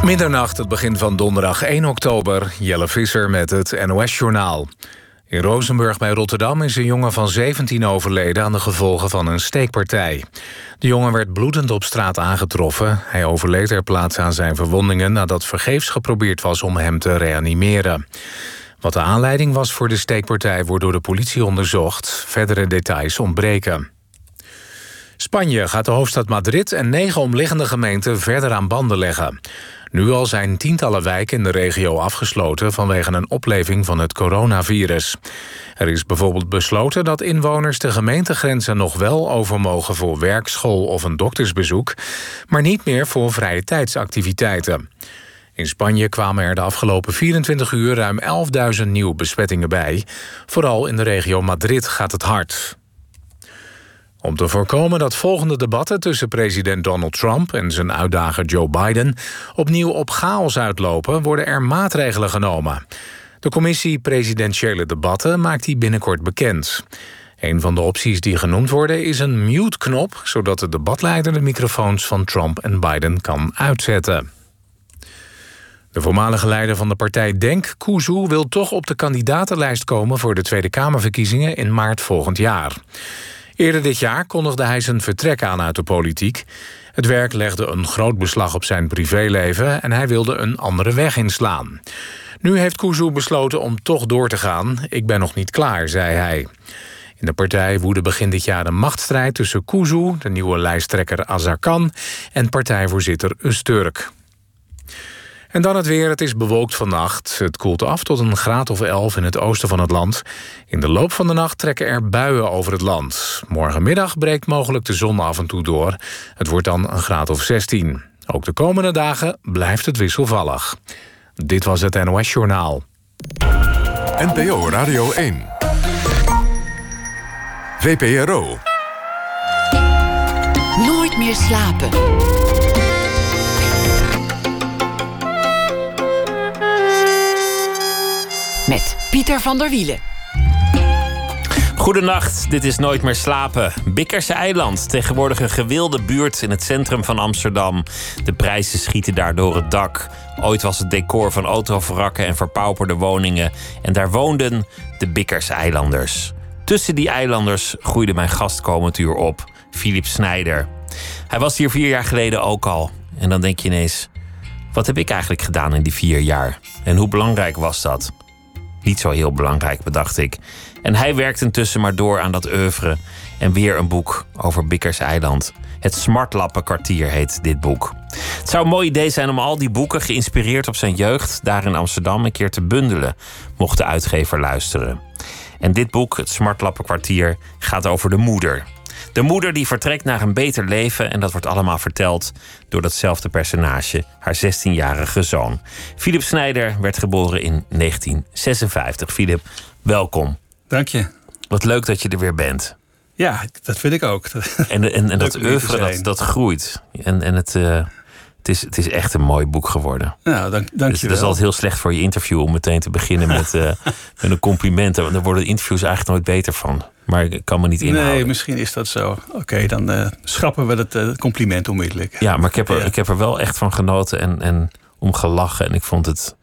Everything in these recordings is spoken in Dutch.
Middernacht, het begin van donderdag 1 oktober. Jelle Visser met het NOS-journaal. In Rozenburg bij Rotterdam is een jongen van 17 overleden aan de gevolgen van een steekpartij. De jongen werd bloedend op straat aangetroffen. Hij overleed ter plaatse aan zijn verwondingen nadat vergeefs geprobeerd was om hem te reanimeren. Wat de aanleiding was voor de steekpartij wordt door de politie onderzocht. Verdere details ontbreken. Spanje gaat de hoofdstad Madrid en 9 omliggende gemeenten verder aan banden leggen. Nu al zijn tientallen wijken in de regio afgesloten vanwege een opleving van het coronavirus. Er is bijvoorbeeld besloten dat inwoners de gemeentegrenzen nog wel over mogen voor werk, school of een doktersbezoek, maar niet meer voor vrije tijdsactiviteiten. In Spanje kwamen er de afgelopen 24 uur ruim 11.000 nieuwe besmettingen bij. Vooral in de regio Madrid gaat het hard. Om te voorkomen dat volgende debatten tussen president Donald Trump en zijn uitdager Joe Biden opnieuw op chaos uitlopen, worden er maatregelen genomen. De commissie Presidentiële Debatten maakt die binnenkort bekend. Een van de opties die genoemd worden is een mute-knop, zodat de debatleider de microfoons van Trump en Biden kan uitzetten. De voormalige leider van de partij Denk, Kuzu, wil toch op de kandidatenlijst komen voor de Tweede Kamerverkiezingen in maart volgend jaar. Eerder dit jaar kondigde hij zijn vertrek aan uit de politiek. Het werk legde een groot beslag op zijn privéleven en hij wilde een andere weg inslaan. Nu heeft Kuzu besloten om toch door te gaan. Ik ben nog niet klaar, zei hij. In de partij woedde begin dit jaar een machtsstrijd tussen Kuzu, de nieuwe lijsttrekker Azarkan, en partijvoorzitter Öztürk. En dan het weer. Het is bewolkt vannacht. Het koelt af tot een graad of 11 in het oosten van het land. In de loop van de nacht trekken er buien over het land. Morgenmiddag breekt mogelijk de zon af en toe door. Het wordt dan een graad of 16. Ook de komende dagen blijft het wisselvallig. Dit was het NOS Journaal. NPO Radio 1. VPRO. Nooit meer slapen. Met Pieter van der Wielen. Goedenacht, dit is Nooit meer slapen. Bikkerse Eiland, tegenwoordig een gewilde buurt in het centrum van Amsterdam. De prijzen schieten daar door het dak. Ooit was het decor van autovrakken en verpauperde woningen. En daar woonden de Bikkerse Eilanders. Tussen die eilanders groeide mijn gast komend uur op, Philip Snijder. Hij was hier 4 jaar geleden ook al. En dan denk je ineens, wat heb ik eigenlijk gedaan in die 4 jaar? En hoe belangrijk was dat? Niet zo heel belangrijk, bedacht ik. En hij werkt intussen maar door aan dat oeuvre. En weer een boek over Bikkerse Eiland. Het Smartlappenkwartier heet dit boek. Het zou een mooi idee zijn om al die boeken, geïnspireerd op zijn jeugd, daar in Amsterdam een keer te bundelen, mocht de uitgever luisteren. En dit boek, het Smartlappenkwartier, gaat over de moeder. De moeder die vertrekt naar een beter leven. En dat wordt allemaal verteld door datzelfde personage, haar 16-jarige zoon. Philip Snijder werd geboren in 1956. Philip, welkom. Dank je. Wat leuk dat je er weer bent. Ja, dat vind ik ook. En dat oeuvre, dat groeit. En het is echt een mooi boek geworden. Nou, dank je wel. wel. Dat is altijd heel slecht voor je interview om meteen te beginnen met een compliment. Want daar worden interviews eigenlijk nooit beter van. Maar ik kan me niet inhouden. Nee, misschien is dat zo. Oké, dan schrappen we het compliment onmiddellijk. Ja, maar ik heb er wel echt van genoten en om gelachen. En ik vond het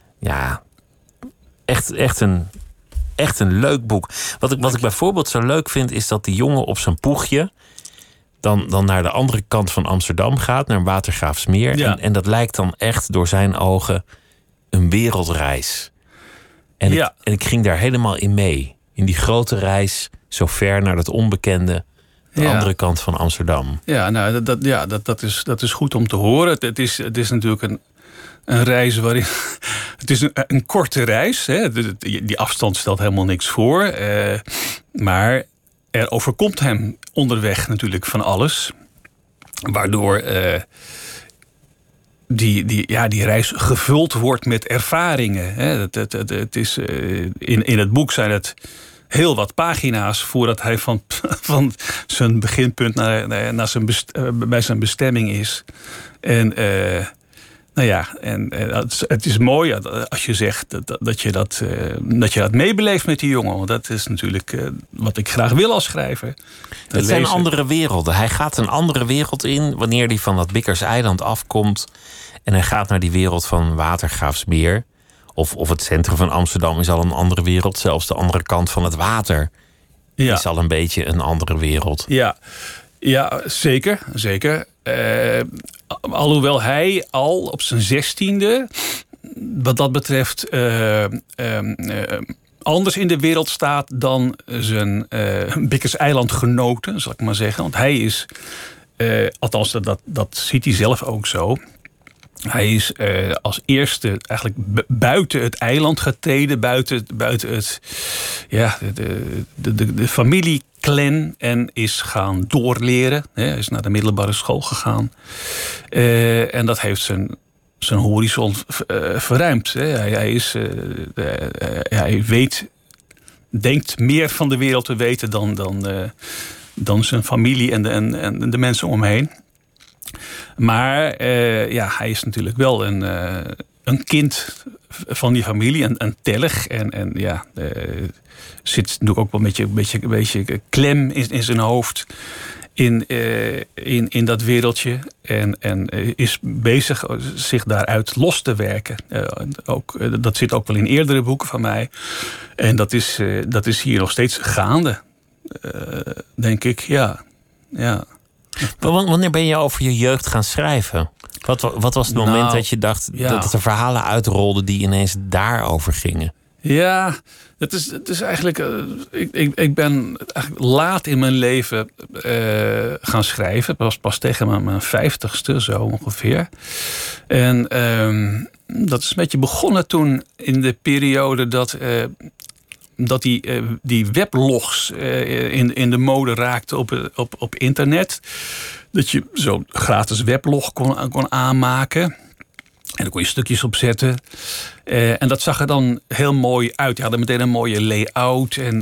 echt een leuk boek. Wat ik bijvoorbeeld zo leuk vind, is dat die jongen op zijn poegje dan naar de andere kant van Amsterdam gaat, naar Watergraafsmeer. Ja. En dat lijkt dan echt door zijn ogen een wereldreis. En ik ging daar helemaal in mee. In die grote reis, zo ver naar het onbekende, de andere kant van Amsterdam. Ja, nou, dat is goed om te horen. Het is natuurlijk een reis waarin het is een korte reis. Hè. Die afstand stelt helemaal niks voor. Maar er overkomt hem onderweg natuurlijk van alles. Waardoor die reis gevuld wordt met ervaringen. Hè. Het is, in het boek zijn het heel wat pagina's voordat hij van zijn beginpunt bij zijn bestemming is. En Nou ja, en het is mooi als je zegt dat je dat meebeleeft met die jongen. Want dat is natuurlijk wat ik graag wil als schrijver. Het zijn andere werelden. Hij gaat een andere wereld in wanneer hij van dat Bickerseiland afkomt. En hij gaat naar die wereld van Watergraafsmeer. Of het centrum van Amsterdam is al een andere wereld. Zelfs de andere kant van het water is al een beetje een andere wereld. Ja, zeker. Alhoewel hij al op zijn 16e, wat dat betreft, anders in de wereld staat dan zijn Bickerseilandgenoten, zal ik maar zeggen. Want hij is, althans dat ziet hij zelf ook zo. Hij is als eerste eigenlijk buiten het eiland getreden, buiten het, de familieclan, en is gaan doorleren. Hij is naar de middelbare school gegaan. En dat heeft zijn horizon verruimd. Hij denkt meer van de wereld te weten dan zijn familie en de mensen om hem heen. Maar hij is natuurlijk wel een kind van die familie, een telg. En zit natuurlijk ook wel een beetje klem in zijn hoofd in dat wereldje. En is bezig zich daaruit los te werken. Dat zit ook wel in eerdere boeken van mij. En dat is hier nog steeds gaande, denk ik. Ja. Wanneer ben je over je jeugd gaan schrijven? Wat was het moment dat je dacht dat er verhalen uitrolden die ineens daarover gingen? Ja, het is eigenlijk. Ik ben eigenlijk laat in mijn leven gaan schrijven. Pas tegen mijn 50ste, zo ongeveer. En dat is een beetje begonnen toen in de periode dat die weblogs in de mode raakten op internet. Dat je zo'n gratis weblog kon aanmaken. En daar kon je stukjes op zetten. En dat zag er dan heel mooi uit. Je had meteen een mooie layout. En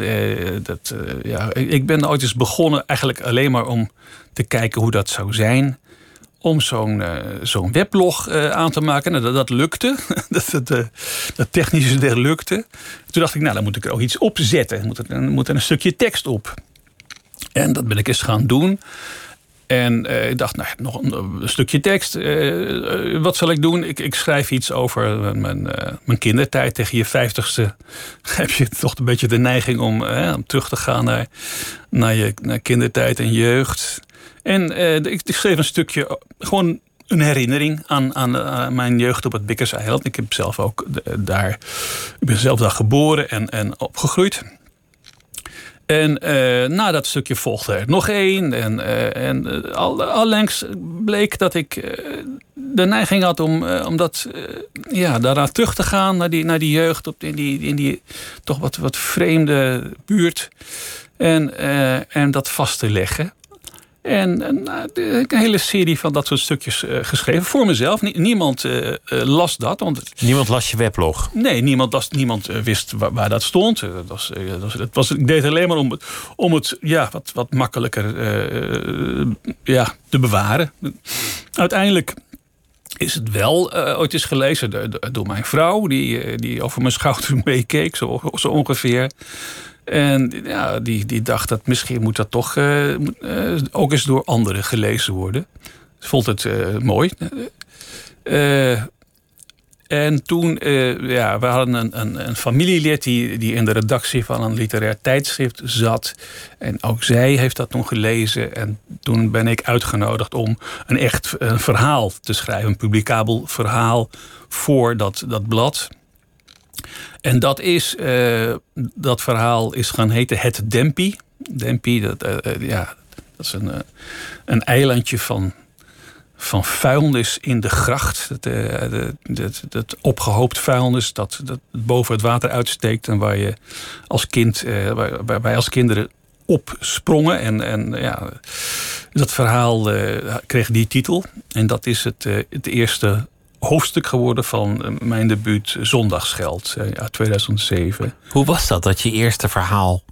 ik ben ooit eens begonnen eigenlijk alleen maar om te kijken hoe dat zou zijn. Om zo'n weblog aan te maken. Nou, dat lukte. Dat technische deel lukte. Toen dacht ik, dan moet ik er ook iets op zetten. Moet er een stukje tekst op. En dat ben ik eens gaan doen. En ik dacht, nog een stukje tekst. Wat zal ik doen? Ik schrijf iets over mijn kindertijd. Tegen je 50ste heb je toch een beetje de neiging om terug te gaan naar kindertijd en jeugd. En ik schreef een stukje, gewoon een herinnering aan mijn jeugd op het Bickerseiland. Ik heb zelf ook ik ben zelf daar geboren en opgegroeid. En na dat stukje volgde er nog één. En allengs bleek dat ik de neiging had om daarna terug te gaan naar die jeugd in die toch wat vreemde buurt. En dat vast te leggen. En een hele serie van dat soort stukjes geschreven. Voor mezelf. Niemand las dat. Niemand las je weblog? Nee, niemand wist waar dat stond. Ik deed het alleen maar om het wat makkelijker te bewaren. Uiteindelijk is het wel ooit eens gelezen door mijn vrouw. Die over mijn schouder meekeek, zo ongeveer. En die dacht dat misschien moet dat toch ook eens door anderen gelezen worden. Ze vond het mooi. En toen, we hadden een familielid die in de redactie van een literair tijdschrift zat. En ook zij heeft dat toen gelezen. En toen ben ik uitgenodigd om een verhaal te schrijven. Een publicabel verhaal voor dat blad. En dat verhaal is gaan heten Het Dempie. Dempie, dat is een eilandje van vuilnis in de gracht. Dat opgehoopt vuilnis dat boven het water uitsteekt. En waar je waar wij als kinderen op sprongen. En dat verhaal kreeg die titel. En dat is het eerste hoofdstuk geworden van mijn debuut Zondagsgeld uit 2007. Hoe was dat je eerste verhaal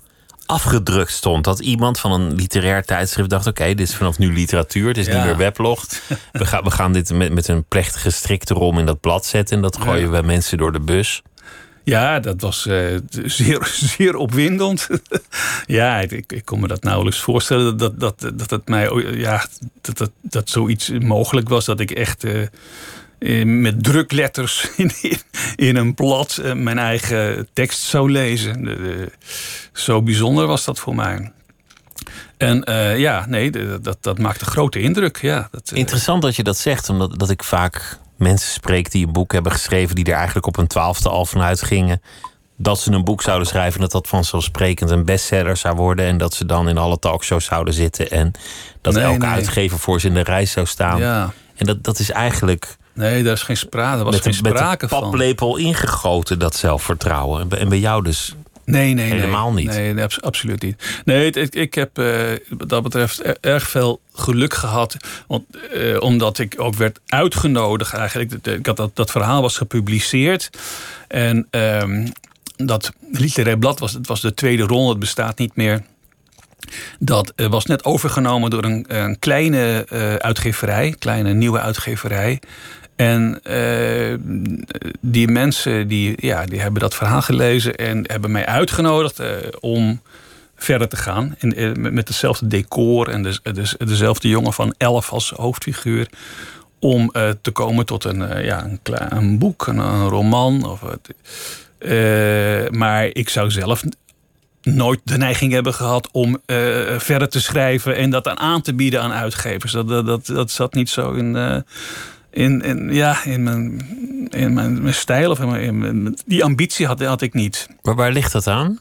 afgedrukt stond. Dat iemand van een literair tijdschrift dacht... oké, dit is vanaf nu literatuur, het is niet meer weblog. We gaan dit met een plechtige strik erom in dat blad zetten... en dat gooien we mensen door de bus. Ja, dat was zeer, zeer opwindend. Ja, ik kon me dat nauwelijks voorstellen dat het mij... Ja, dat zoiets mogelijk was, dat ik echt... met drukletters in een blad mijn eigen tekst zou lezen. Zo bijzonder was dat voor mij. En dat maakt een grote indruk. Ja, Interessant dat je dat zegt, omdat dat ik vaak mensen spreek die een boek hebben geschreven... die er eigenlijk op een 12e al vanuit gingen... dat ze een boek zouden schrijven en dat vanzelfsprekend een bestseller zou worden... en dat ze dan in alle talkshows zouden zitten... en dat elke uitgever voor ze in de rij zou staan. Ja. En dat is eigenlijk... Nee, daar is geen sprake, van. Met een paplepel ingegoten, dat zelfvertrouwen. En bij jou dus helemaal niet. Nee, absoluut niet. Nee, ik heb wat dat betreft erg veel geluk gehad. Omdat ik ook werd uitgenodigd eigenlijk. Dat verhaal was gepubliceerd. En dat literair blad was de tweede ronde. Het bestaat niet meer. Dat was net overgenomen door een kleine uitgeverij. Kleine nieuwe uitgeverij. En die mensen die hebben dat verhaal gelezen en hebben mij uitgenodigd om verder te gaan. Met hetzelfde decor en dezelfde jongen van 11 als hoofdfiguur. Om te komen tot een boek, een roman. Maar ik zou zelf nooit de neiging hebben gehad om verder te schrijven en dat aan te bieden aan uitgevers. Dat zat niet zo in mijn stijl of die ambitie had ik niet. Maar waar ligt dat aan?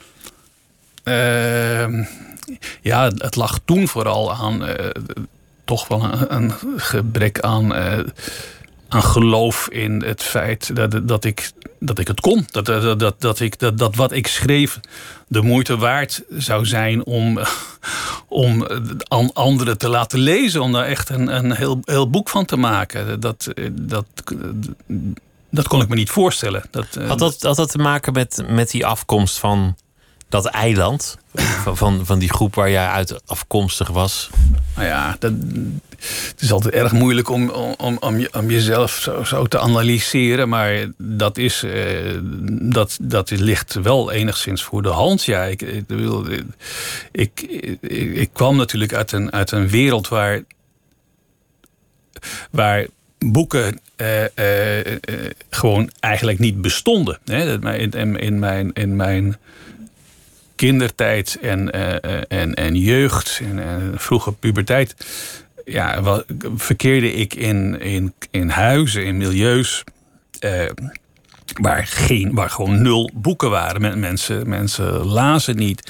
Het lag toen vooral aan toch wel een gebrek aan geloof in het feit dat ik het kon. Dat wat ik schreef de moeite waard zou zijn om anderen te laten lezen. Om daar echt een heel boek van te maken. Dat kon ik me niet voorstellen. Had dat te maken met die afkomst van dat eiland? Van die groep waar jij uit afkomstig was? Nou ja, het is altijd erg moeilijk om jezelf zo te analyseren. Maar dat ligt wel enigszins voor de hand. Ja, ik kwam natuurlijk uit een wereld waar boeken gewoon eigenlijk niet bestonden. In mijn kindertijd en jeugd en vroege puberteit verkeerde ik in huizen, in milieus waar gewoon 0 boeken waren. Mensen lazen niet.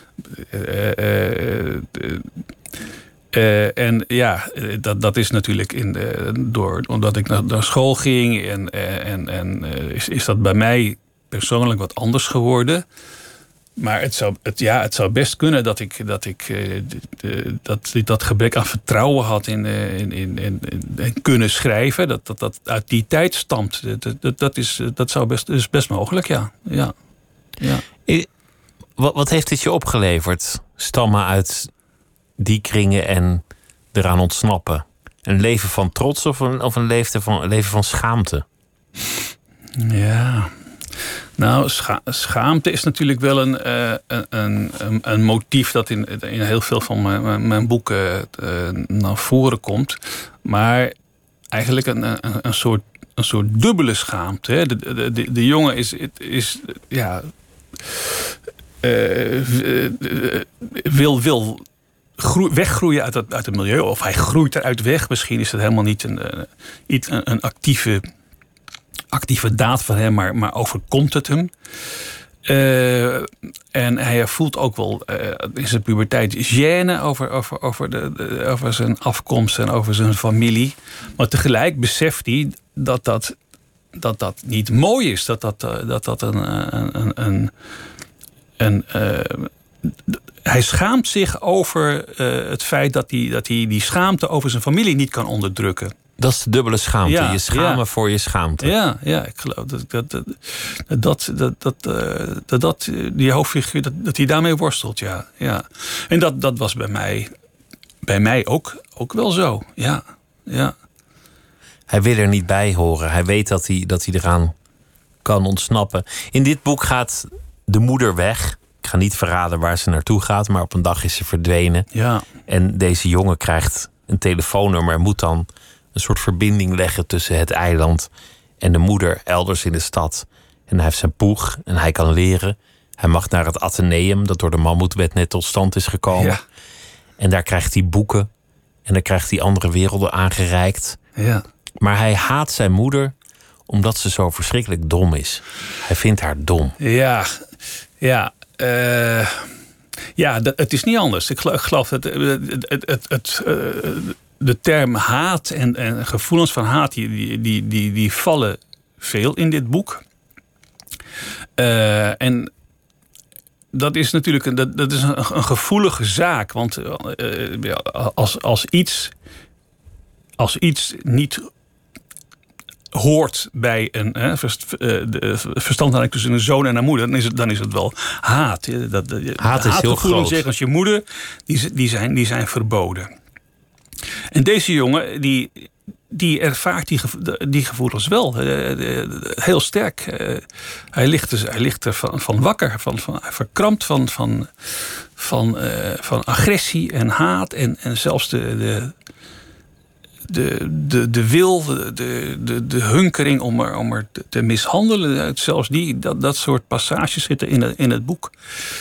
Dat is natuurlijk omdat ik naar school ging en is dat bij mij persoonlijk wat anders geworden. Maar het zou best kunnen dat gebrek aan vertrouwen had in kunnen schrijven. Dat uit die tijd stamt. Dat is best mogelijk, ja. Wat heeft dit je opgeleverd? Stammen uit die kringen en eraan ontsnappen. Een leven van trots of een leven van schaamte? Ja. Nou, schaamte is natuurlijk wel een motief dat in heel veel van mijn boeken naar voren komt. Maar eigenlijk een soort dubbele schaamte. Hè. De jongen wil weggroeien uit het milieu. Of hij groeit eruit weg. Misschien is het helemaal niet een actieve daad van hem, maar overkomt het hem. En hij voelt ook wel in zijn puberteit gêne over zijn afkomst en over zijn familie. Maar tegelijk beseft hij dat niet mooi is. Hij schaamt zich over het feit dat hij die schaamte over zijn familie niet kan onderdrukken. Dat is de dubbele schaamte. Ja, je schamen ja. voor je schaamte. Ja, ik geloof dat die hoofdfiguur, dat hij daarmee worstelt, ja. En dat was bij mij ook wel zo, ja. Hij wil er niet bij horen. Hij weet dat hij eraan kan ontsnappen. In dit boek gaat de moeder weg. Ik ga niet verraden waar ze naartoe gaat, maar op een dag is ze verdwenen. Ja. En deze jongen krijgt een telefoonnummer en moet dan een soort verbinding leggen tussen het eiland en de moeder elders in de stad. En hij heeft zijn poeg en hij kan leren. Hij mag naar het Atheneum, dat door de Mammoetwet net tot stand is gekomen. Ja. En daar krijgt hij boeken en daar krijgt hij andere werelden aangereikt. Ja. Maar hij haat zijn moeder omdat ze zo verschrikkelijk dom is. Hij vindt haar dom. Het is niet anders. Ik geloof dat de term haat en gevoelens van haat, die vallen veel in dit boek. En dat is natuurlijk dat is een gevoelige zaak. Want als iets niet hoort bij een verstandhouding tussen een zoon en een moeder, dan is het wel haat. Haat is heel groot. Zeggen als je moeder, die zijn verboden. En deze jongen, die ervaart die gevoelens wel heel sterk. Hij ligt er van wakker, hij verkrampt van agressie en haat en zelfs de wil, de hunkering om er te mishandelen. Zelfs dat soort passages zitten in het boek.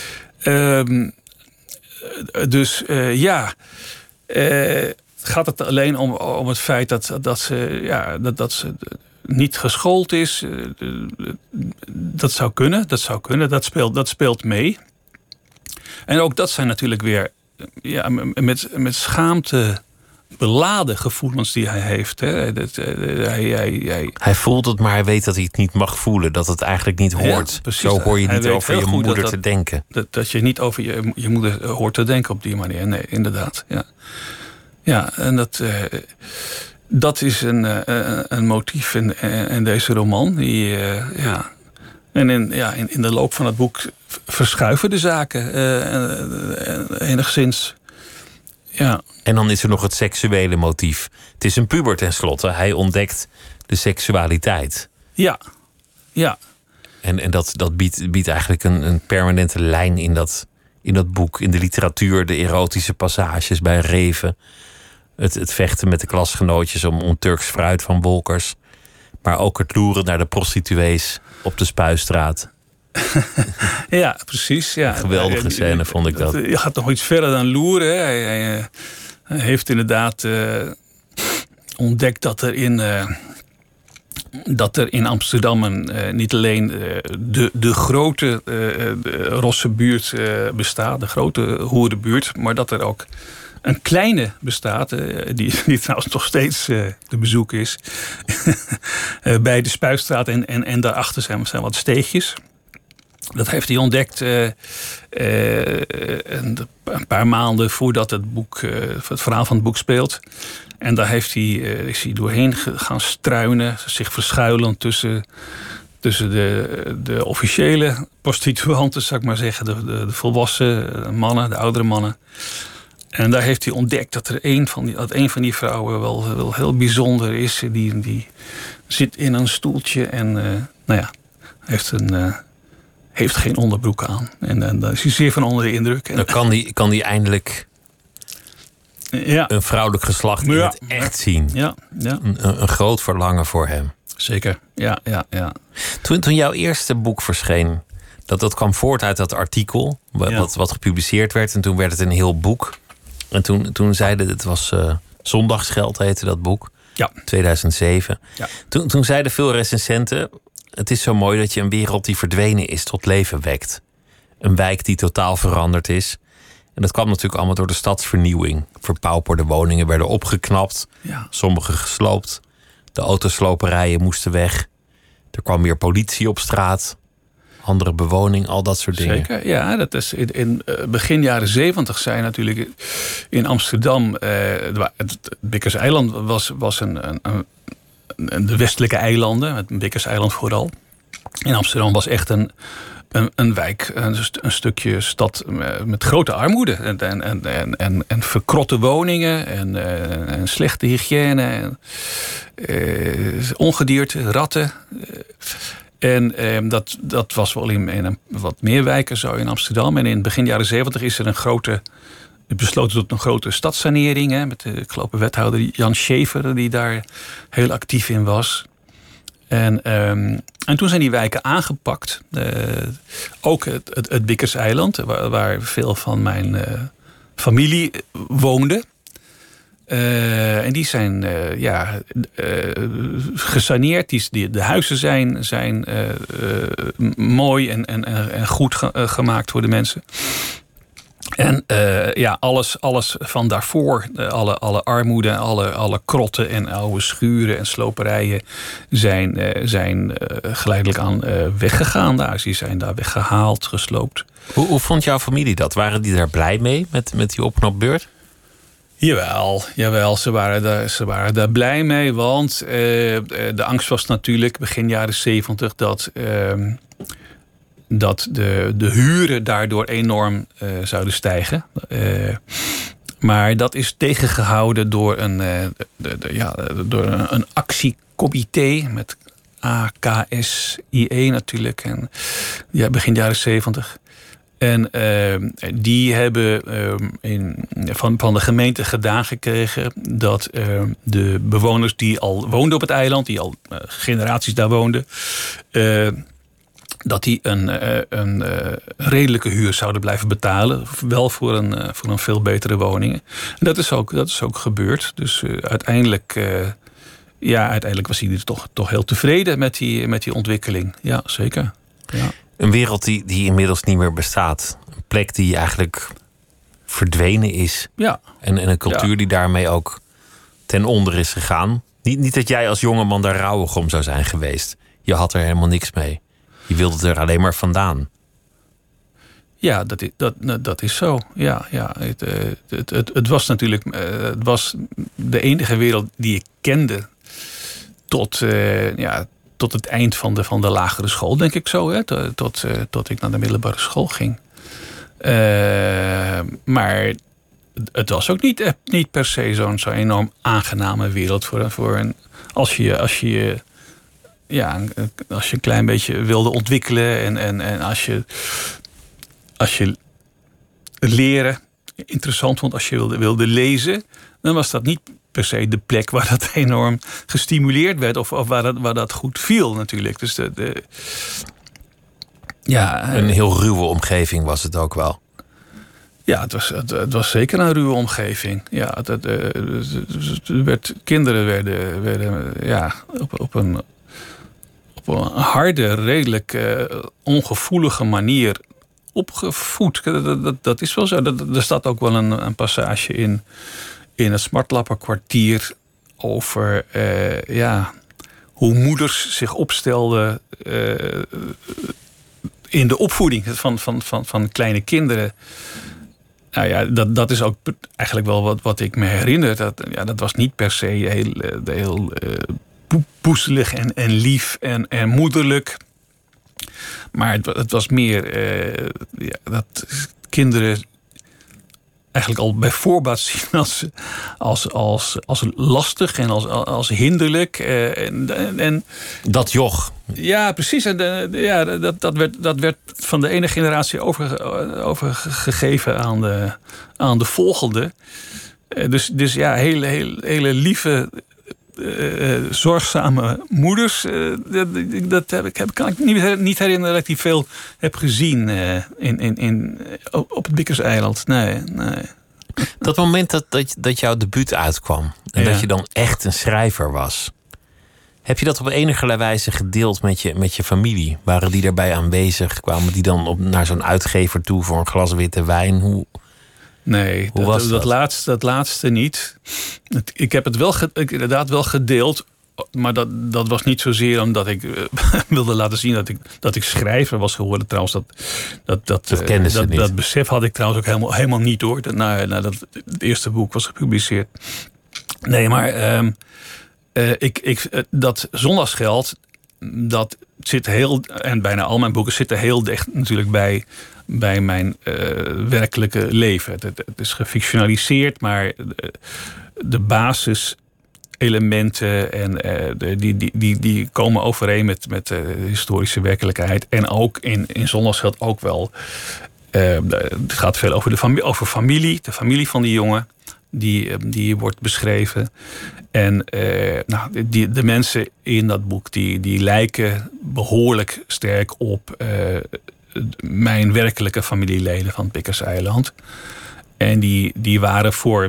Gaat het alleen om het feit dat ze niet geschoold is? Dat zou kunnen. Dat speelt mee. En ook dat zijn natuurlijk weer met schaamte beladen gevoelens die hij heeft. Hè. Hij voelt het, maar hij weet dat hij het niet mag voelen. Dat het eigenlijk niet hoort. Ja, zo hoor je niet over je moeder te denken. Dat je niet over je moeder hoort te denken op die manier. Nee, inderdaad. Ja, en dat is een motief in deze roman. En in de loop van het boek verschuiven de zaken enigszins. Ja. En dan is er nog het seksuele motief. Het is een puber tenslotte. Hij ontdekt de seksualiteit. Ja. En dat biedt eigenlijk een permanente lijn in dat boek. In de literatuur, de erotische passages bij reven. Het vechten met de klasgenootjes om Turks fruit van Wolkers. Maar ook het loeren naar de prostituees op de Spuistraat. Ja, precies. Ja. Een geweldige scène vond ik dat. Je gaat nog iets verder dan loeren. Hij heeft inderdaad ontdekt dat er in Amsterdam niet alleen de grote Rossenbuurt bestaat, de grote hoerenbuurt, maar dat er ook een kleine bestaat, die trouwens nog steeds te bezoek is, bij de Spuistraat en daarachter zijn wat steegjes. Dat heeft hij ontdekt een paar maanden voordat het verhaal van het boek speelt. En daar is hij doorheen gaan struinen, zich verschuilen tussen de officiële prostituanten, zou ik maar zeggen, de volwassen mannen, de oudere mannen. En daar heeft hij ontdekt dat een van die vrouwen wel heel bijzonder is. Die zit in een stoeltje en heeft geen onderbroek aan. En daar is hij zeer van onder de indruk. En dan kan die eindelijk een vrouwelijk geslacht in het echt zien. Ja. Een groot verlangen voor hem. Zeker, ja. Toen jouw eerste boek verscheen, dat kwam voort uit dat artikel wat gepubliceerd werd. En toen werd het een heel boek. En toen zeiden, het was Zondagsgeld heette dat boek. Ja. 2007. Ja. Toen zeiden veel recensenten, het is zo mooi dat je een wereld die verdwenen is tot leven wekt. Een wijk die totaal veranderd is. En dat kwam natuurlijk allemaal door de stadsvernieuwing. Verpauperde woningen werden opgeknapt. Ja. Sommige gesloopt. De autosloperijen moesten weg. Er kwam meer politie op straat. Andere bewoning, al dat soort dingen. Zeker, ja. Dat is in begin jaren 70 zijn natuurlijk in Amsterdam... het Bickerseiland was de westelijke eilanden, met Bickerseiland vooral. In Amsterdam was echt een wijk, een stukje stad met grote armoede. En verkrotte woningen en slechte hygiëne. Ongedierte, ratten. En dat was wel in wat meer wijken zo in Amsterdam. En in begin jaren 70 is er besloten tot een grote stadssanering. Hè, met de wethouder Jan Schäfer, die daar heel actief in was. En toen zijn die wijken aangepakt. Ook het Bickerseiland, waar veel van mijn familie woonde. En die zijn gesaneerd. De huizen zijn mooi en goed gemaakt voor de mensen. En alles van daarvoor, alle armoede, alle krotten en oude schuren en sloperijen zijn geleidelijk aan weggegaan. Die zijn daar weggehaald, gesloopt. Hoe vond jouw familie dat? Waren die daar blij mee met die opknapbeurt? Jawel, ze waren daar blij mee. Want de angst was natuurlijk begin jaren 70 dat de huren daardoor enorm zouden stijgen. Maar dat is tegengehouden door een actiecomité met AKSIE natuurlijk. En, begin jaren 70. En die hebben van de gemeente gedaan gekregen dat de bewoners die al woonden op het eiland, die al generaties daar woonden, dat die een redelijke huur zouden blijven betalen. Wel voor een veel betere woning. En dat is ook gebeurd. Dus uiteindelijk was hij toch heel tevreden met die ontwikkeling. Ja, zeker. Ja. Een wereld die inmiddels niet meer bestaat. Een plek die eigenlijk verdwenen is. Ja. En een cultuur die daarmee ook ten onder is gegaan. Niet dat jij als jongeman daar rouwig om zou zijn geweest. Je had er helemaal niks mee. Je wilde er alleen maar vandaan. Ja, dat is zo. Ja. Het was natuurlijk het was de enige wereld die ik kende tot het eind van de lagere school, denk ik zo. Hè? Tot ik naar de middelbare school ging. Maar het was ook niet per se zo'n enorm aangename wereld voor een als je een klein beetje wilde ontwikkelen en als je leren interessant vond, als je wilde lezen, dan was dat niet per se de plek waar dat enorm gestimuleerd werd of waar dat goed viel natuurlijk. Dus een heel ruwe omgeving was het ook wel. Ja, het was zeker een ruwe omgeving. Ja, kinderen werden op een harde, redelijk ongevoelige manier opgevoed. Dat is wel zo. Er staat ook wel een passage in het Smartlapperkwartier over hoe moeders zich opstelden in de opvoeding van kleine kinderen. Nou ja, dat is ook eigenlijk wel wat ik me herinner. Dat was niet per se heel poezelig en lief en moederlijk. Maar het was meer dat kinderen eigenlijk al bij voorbaat zien als lastig en als hinderlijk. En dat joch. Ja, precies. En dat werd van de ene generatie overgegeven aan de volgende. Dus ja, hele lieve, zorgzame moeders. Kan ik niet herinneren dat ik die veel heb gezien op het Bickerseiland. Nee. Dat moment dat jouw debuut uitkwam en dat je dan echt een schrijver was. Heb je dat op enige wijze gedeeld met je familie? Waren die daarbij aanwezig? Kwamen die dan naar zo'n uitgever toe voor een glas witte wijn? Nee, dat laatste niet. Ik heb het inderdaad wel gedeeld Maar dat was niet zozeer omdat ik wilde laten zien dat ik schrijver was geworden. Trouwens, dat besef had ik trouwens ook helemaal niet hoor. Nadat het eerste boek was gepubliceerd. Nee, maar dat zondagsgeld, dat zit en bijna al mijn boeken zitten heel dicht natuurlijk bij mijn werkelijke leven. Het is gefictionaliseerd, maar de basiselementen en die komen overeen met de historische werkelijkheid. En ook in zondagsgeld ook wel. Het gaat veel over familie, de familie van die jongen. Die wordt beschreven. En de mensen in dat boek die lijken behoorlijk sterk op mijn werkelijke familieleden van Bickerseiland. En die waren voor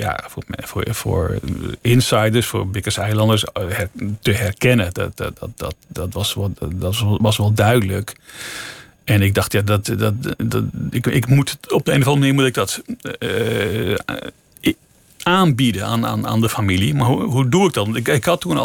insiders, voor Bickerseilanders te herkennen. Dat was wel duidelijk. En ik dacht, ik moet op de een of andere manier moet ik dat aanbieden aan de familie. Maar hoe doe ik dat? Ik had toen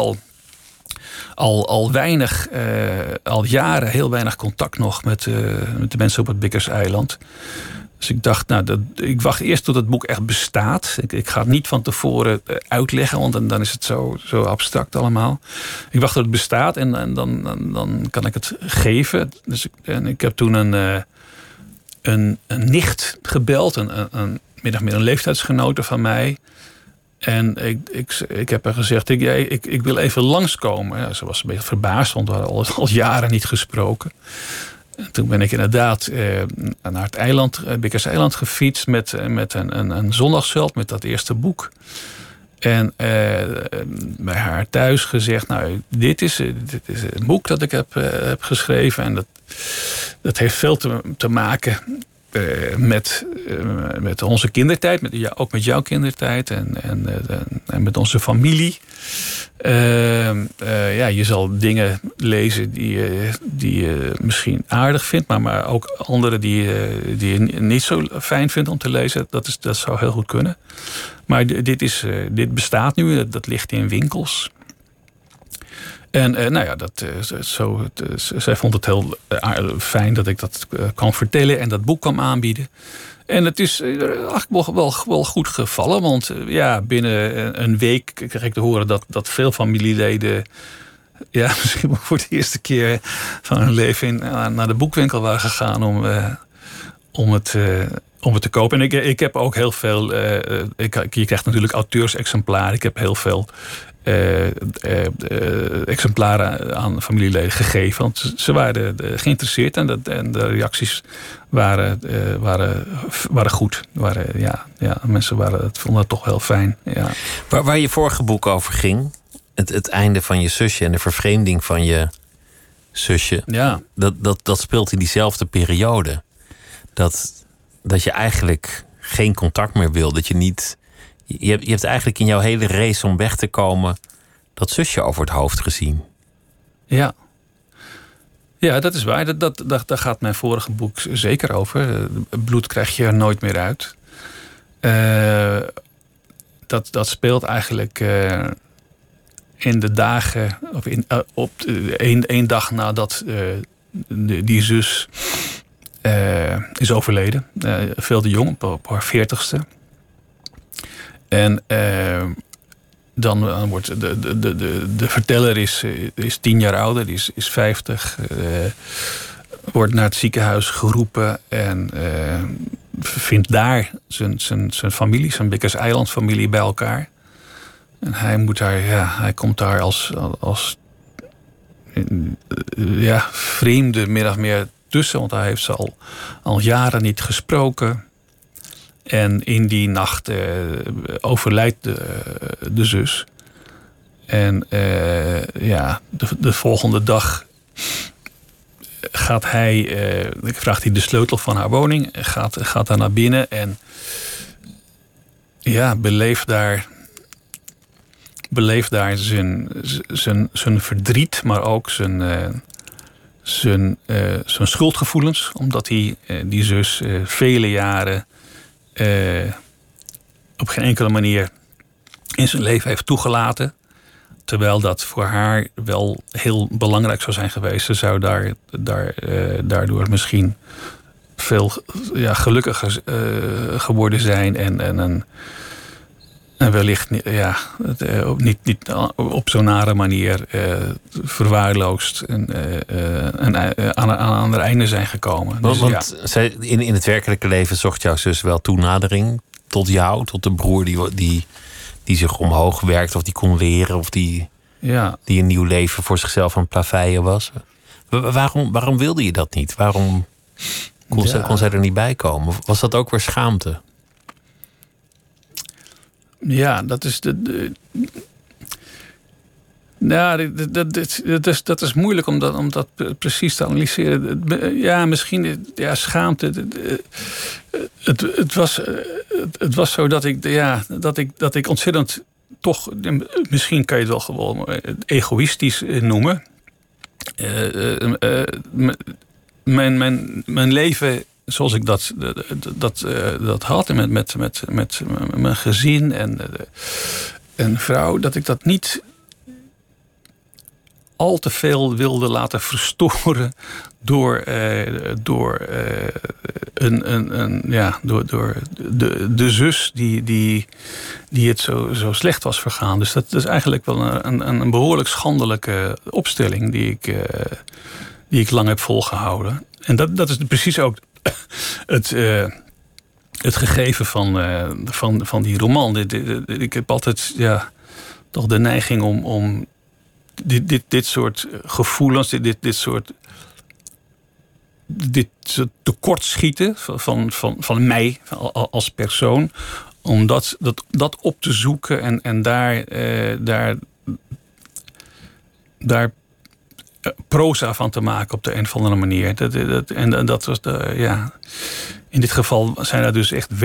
al weinig, al jaren heel weinig contact nog met de mensen op het Bickerseiland. Dus ik dacht, ik wacht eerst tot het boek echt bestaat. Ik ga het niet van tevoren uitleggen, want dan is het zo abstract allemaal. Ik wacht tot het bestaat en dan kan ik het geven. Dus ik heb toen een nicht gebeld, een min of meer een leeftijdsgenote van mij. En ik heb haar gezegd, ik wil even langskomen. Ja, ze was een beetje verbaasd, want we hadden al jaren niet gesproken. En toen ben ik inderdaad naar het eiland, Bickerseiland gefietst met een zondagsgeld, met dat eerste boek. En bij haar thuis gezegd, dit is een boek dat ik heb geschreven. En dat heeft veel te maken met onze kindertijd, ook met jouw kindertijd en met onze familie. Je zal dingen lezen die je misschien aardig vindt, maar ook andere die je niet zo fijn vindt om te lezen. Dat zou heel goed kunnen. Maar dit bestaat nu, dat ligt in winkels. En zij vond het heel fijn dat ik dat kan vertellen en dat boek kwam aanbieden. En het is eigenlijk wel goed gevallen, want binnen een week kreeg ik te horen dat veel familieleden, misschien wel voor de eerste keer van hun leven naar de boekwinkel waren gegaan om het te kopen. En ik heb ook heel veel, je krijgt natuurlijk auteursexemplaren, ik heb heel veel exemplaren aan familieleden gegeven. Want ze waren geïnteresseerd en de reacties waren goed. Mensen vonden het toch heel fijn. Ja. Waar je vorige boek over ging, het einde van je zusje en de vervreemding van je zusje, dat speelt in diezelfde periode. Dat je eigenlijk geen contact meer wil. Dat je niet. Je hebt eigenlijk in jouw hele race om weg te komen dat zusje over het hoofd gezien. Ja. Ja, dat is waar. Daar gaat mijn vorige boek zeker over. Bloed krijg je er nooit meer uit. Dat speelt eigenlijk in de dagen, of op één dag nadat die zus is overleden. Veel te jong, op haar 40ste. En dan wordt de verteller is 10 jaar ouder, die is 50. Wordt naar het ziekenhuis geroepen en vindt daar zijn familie, zijn Bickerseiland familie bij elkaar. En hij komt daar als vreemde min of meer tussen, want hij heeft ze al jaren niet gesproken. En in die nacht overlijdt de zus. En de volgende dag gaat hij, vraagt hij de sleutel van haar woning, gaat daar naar binnen en beleeft daar zijn verdriet, maar ook zijn schuldgevoelens, omdat hij die zus vele jaren op geen enkele manier in zijn leven heeft toegelaten. Terwijl dat voor haar wel heel belangrijk zou zijn geweest. Ze zou daardoor misschien veel gelukkiger geworden zijn. En wellicht niet op zo'n nare manier verwaarloosd en aan een ander einde zijn gekomen. Want zij, in het werkelijke leven zocht jouw zus wel toenadering tot jou, tot de broer die zich omhoog werkte of die kon leren of die een nieuw leven voor zichzelf aan het plaveien was. Waarom wilde je dat niet? Waarom kon zij er niet bij komen? Was dat ook weer schaamte? Ja, dat is dat is moeilijk om dat precies te analyseren. Ja, misschien schaamte. Het was zo dat ik ontzettend toch, misschien kan je het wel gewoon egoïstisch noemen. Mijn leven zoals ik dat had en met mijn gezin en vrouw, dat ik dat niet al te veel wilde laten verstoren door de zus die het zo slecht was vergaan. Dus dat is eigenlijk wel een behoorlijk schandelijke opstelling die ik lang heb volgehouden. En dat is precies ook het gegeven van die roman. Ik heb altijd toch de neiging om dit soort gevoelens, dit soort tekortschieten van mij als persoon, om dat op te zoeken en daar proza van te maken op de een of andere manier. Dat was in dit geval zijn er dus echt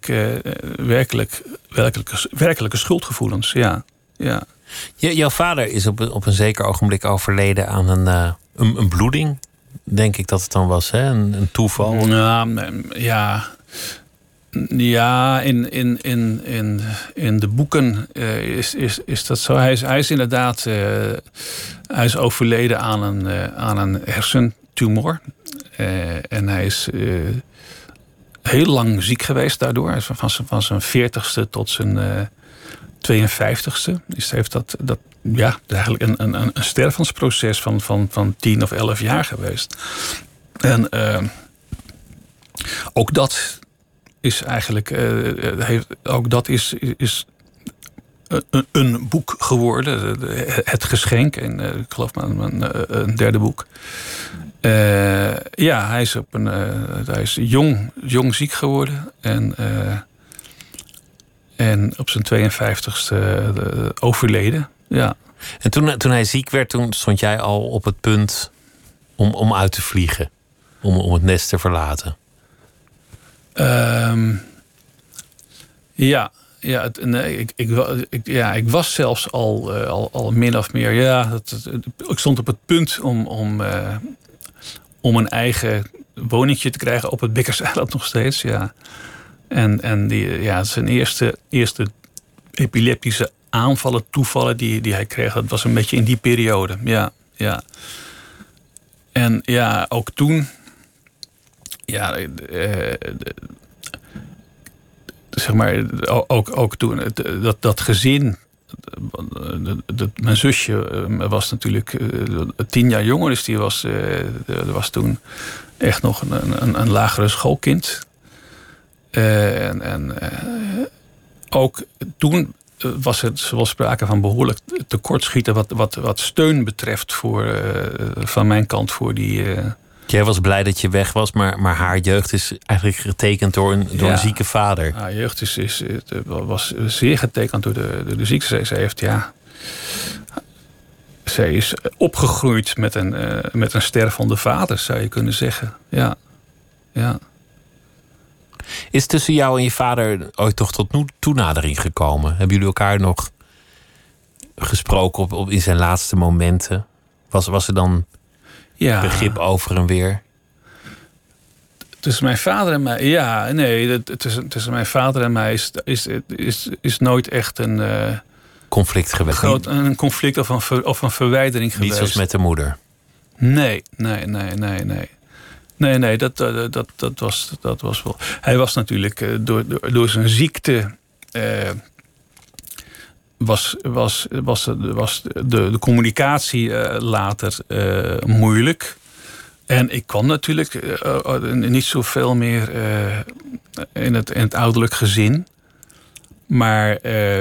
werkelijke schuldgevoelens. Ja. Jouw vader is op een zeker ogenblik overleden aan een bloeding, denk ik dat het dan was, hè? Een toeval. Ja, in de boeken is dat zo. Hij is inderdaad hij is overleden aan een hersentumor. En hij is heel lang ziek geweest daardoor. Van zijn 40ste tot zijn 52ste. Dus heeft dat eigenlijk een stervensproces van 10 of 11 jaar geweest. En ook dat is eigenlijk is een boek geworden. Het Geschenk. En ik geloof een derde boek. Hij is jong ziek geworden. En op zijn 52ste overleden. Ja. En toen hij ziek werd, toen stond jij al op het punt om uit te vliegen. Om het nest te verlaten. Ik was zelfs al min of meer. Ik stond op het punt om een eigen woningje te krijgen op het Bickerseiland nog steeds. Ja. En zijn eerste epileptische aanvallen, toevallen die hij kreeg, dat was een beetje in die periode. Ja. En ook toen. Zeg maar, ook toen dat gezin. Mijn zusje was natuurlijk 10 jaar jonger, dus die was toen echt nog een lagere schoolkind. Ook toen was het wel sprake van behoorlijk tekortschieten wat steun betreft van mijn kant voor die. Jij was blij dat je weg was, maar haar jeugd is eigenlijk getekend door een zieke vader. Haar jeugd was zeer getekend door de ziekte. Zij is opgegroeid met een stervende vader, zou je kunnen zeggen. Ja. Is tussen jou en je vader ooit toch tot toenadering gekomen? Hebben jullie elkaar nog gesproken in zijn laatste momenten? Was er dan begrip over en weer? Tussen mijn vader en mij... Ja, nee, tussen mijn vader en mij is nooit echt een... conflict geweest? Een conflict of een verwijdering geweest. Niet zoals met de moeder? Nee, dat was wel... Hij was natuurlijk door zijn ziekte... was de communicatie later moeilijk. En ik kwam natuurlijk niet zoveel meer in het ouderlijk gezin. Maar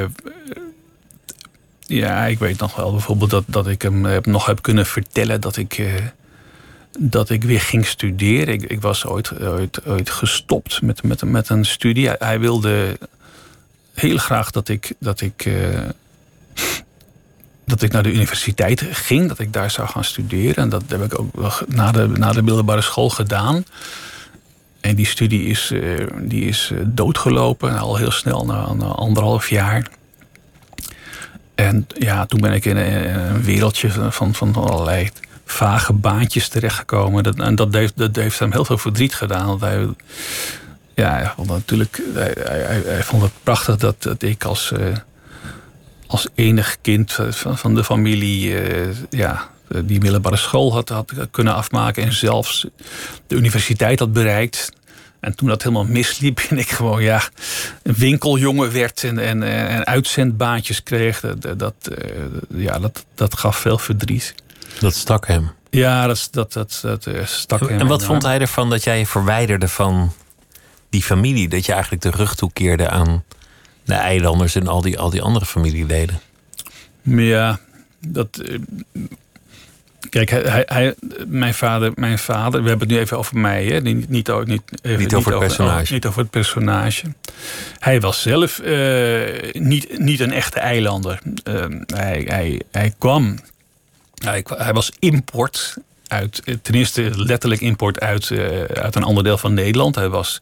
ik weet nog wel bijvoorbeeld dat ik hem nog heb kunnen vertellen dat ik weer ging studeren. Ik was ooit gestopt met een studie. Hij wilde heel graag dat ik naar de universiteit ging, dat ik daar zou gaan studeren. En dat heb ik ook na de middelbare school gedaan. En die studie is doodgelopen, al heel snel na 1,5 jaar. En ja, toen ben ik in een wereldje van allerlei vage baantjes terechtgekomen. En dat heeft hem heel veel verdriet gedaan. Want hij vond natuurlijk, hij vond het prachtig dat ik als enig kind van de familie die middelbare school had kunnen afmaken en zelfs de universiteit had bereikt. En toen dat helemaal misliep en ik gewoon een winkeljongen werd en uitzendbaantjes kreeg, dat gaf veel verdriet. Dat stak hem. Ja, dat stak hem. En wat vond hij ervan dat jij je verwijderde van die familie? Dat je eigenlijk de rug toekeerde aan de eilanders en al die andere familieleden? Ja, kijk, mijn vader, we hebben het nu even over mij, hè? Niet over het personage. Niet over het personage. Hij was zelf niet een echte eilander. Hij was import uit, ten eerste letterlijk import uit een ander deel van Nederland. Hij was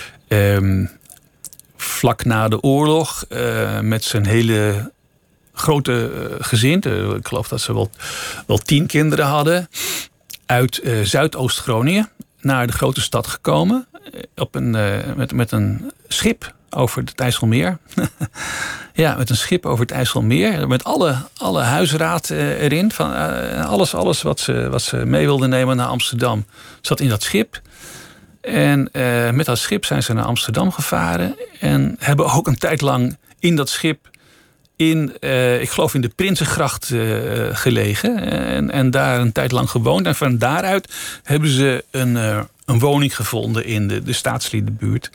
vlak na de oorlog met zijn hele grote gezin. Ik geloof dat ze wel 10 kinderen hadden. Uit Zuidoost-Groningen naar de grote stad gekomen. Met een schip over het IJsselmeer. Ja, met een schip over het IJsselmeer. Met alle huisraad erin. Van, alles wat ze mee wilden nemen naar Amsterdam zat in dat schip. En met dat schip zijn ze naar Amsterdam gevaren. En hebben ook een tijd lang in dat schip ik geloof in de Prinsengracht gelegen. En daar een tijd lang gewoond. En van daaruit hebben ze een woning gevonden in de Staatsliedenbuurt.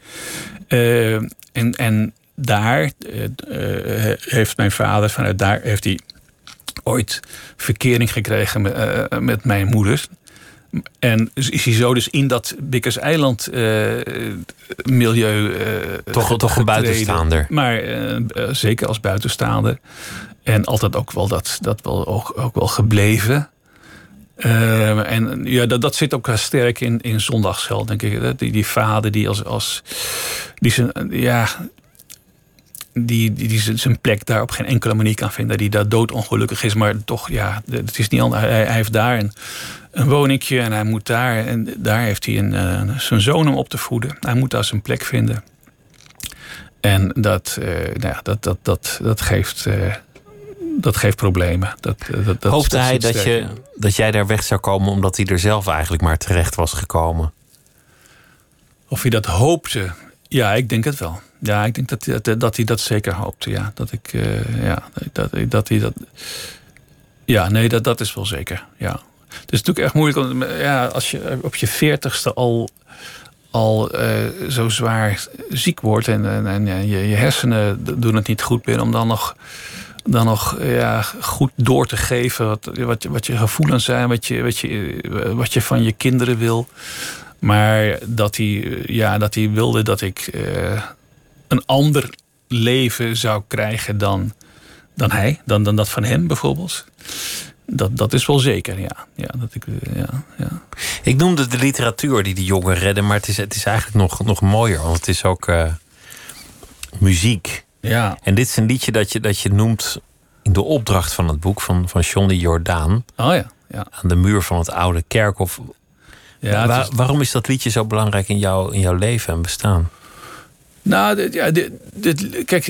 En daar heeft mijn vader, vanuit daar heeft hij ooit verkering gekregen met mijn moeder. En is hij zo dus in dat Bickerseiland milieu toch een buitenstaander. Maar zeker als buitenstaander. En altijd ook wel ook wel gebleven. En ja, dat zit ook sterk in Zondagsheld, denk ik. Die vader die zijn plek daar op geen enkele manier kan vinden. Die daar doodongelukkig is. Maar toch, ja, het is niet anders. Hij heeft daar een woningje en hij moet daar. En daar heeft hij zijn zoon om op te voeden. Hij moet daar zijn plek vinden. En dat geeft problemen. Hoopte hij dat jij daar weg zou komen omdat hij er zelf eigenlijk maar terecht was gekomen? Of hij dat hoopte? Ja, ik denk het wel. Ja, ik denk dat hij dat zeker hoopte. Ja, dat is wel zeker. Ja. Het is natuurlijk echt moeilijk. Ja, als je op je 40ste al zo zwaar ziek wordt en je hersenen doen het niet goed meer om dan nog goed door te geven wat je gevoelens zijn, wat je van je kinderen wil. Maar dat hij wilde dat ik een ander leven zou krijgen dan dat van hem bijvoorbeeld. Dat is wel zeker, ja. Ik noemde de literatuur die de jongen redden, maar het is eigenlijk nog mooier, want het is ook muziek. Ja. En dit is een liedje dat je noemt in de opdracht van het boek van Johnny Jordaan. Oh ja. Aan de muur van het oude kerkhof. Ja, waarom is dat liedje zo belangrijk in jouw leven en bestaan? Nou, kijk,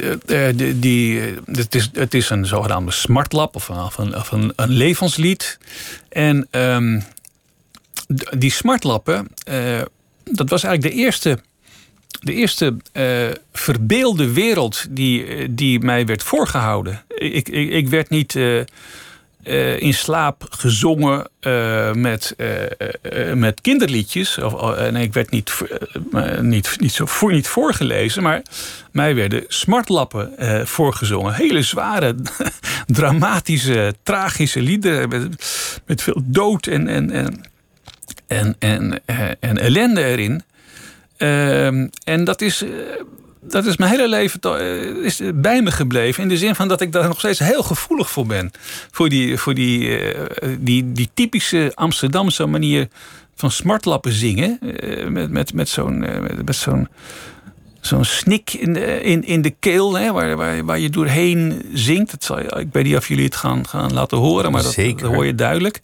het is een zogenaamde smartlap of een levenslied. En die smartlappen, dat was eigenlijk de eerste verbeelde wereld die mij werd voorgehouden. Ik werd niet in slaap gezongen met kinderliedjes. En ik werd niet voorgelezen, maar mij werden smartlappen voorgezongen. Hele zware, dramatische, tragische liederen met veel dood en ellende erin. En dat is mijn hele leven is bij me gebleven. In de zin van dat ik daar nog steeds heel gevoelig voor ben. Voor die typische Amsterdamse manier van smartlappen zingen. Met zo'n snik in de keel, hè, waar je doorheen zingt. Ik weet niet of jullie het gaan laten horen, maar dat hoor je duidelijk.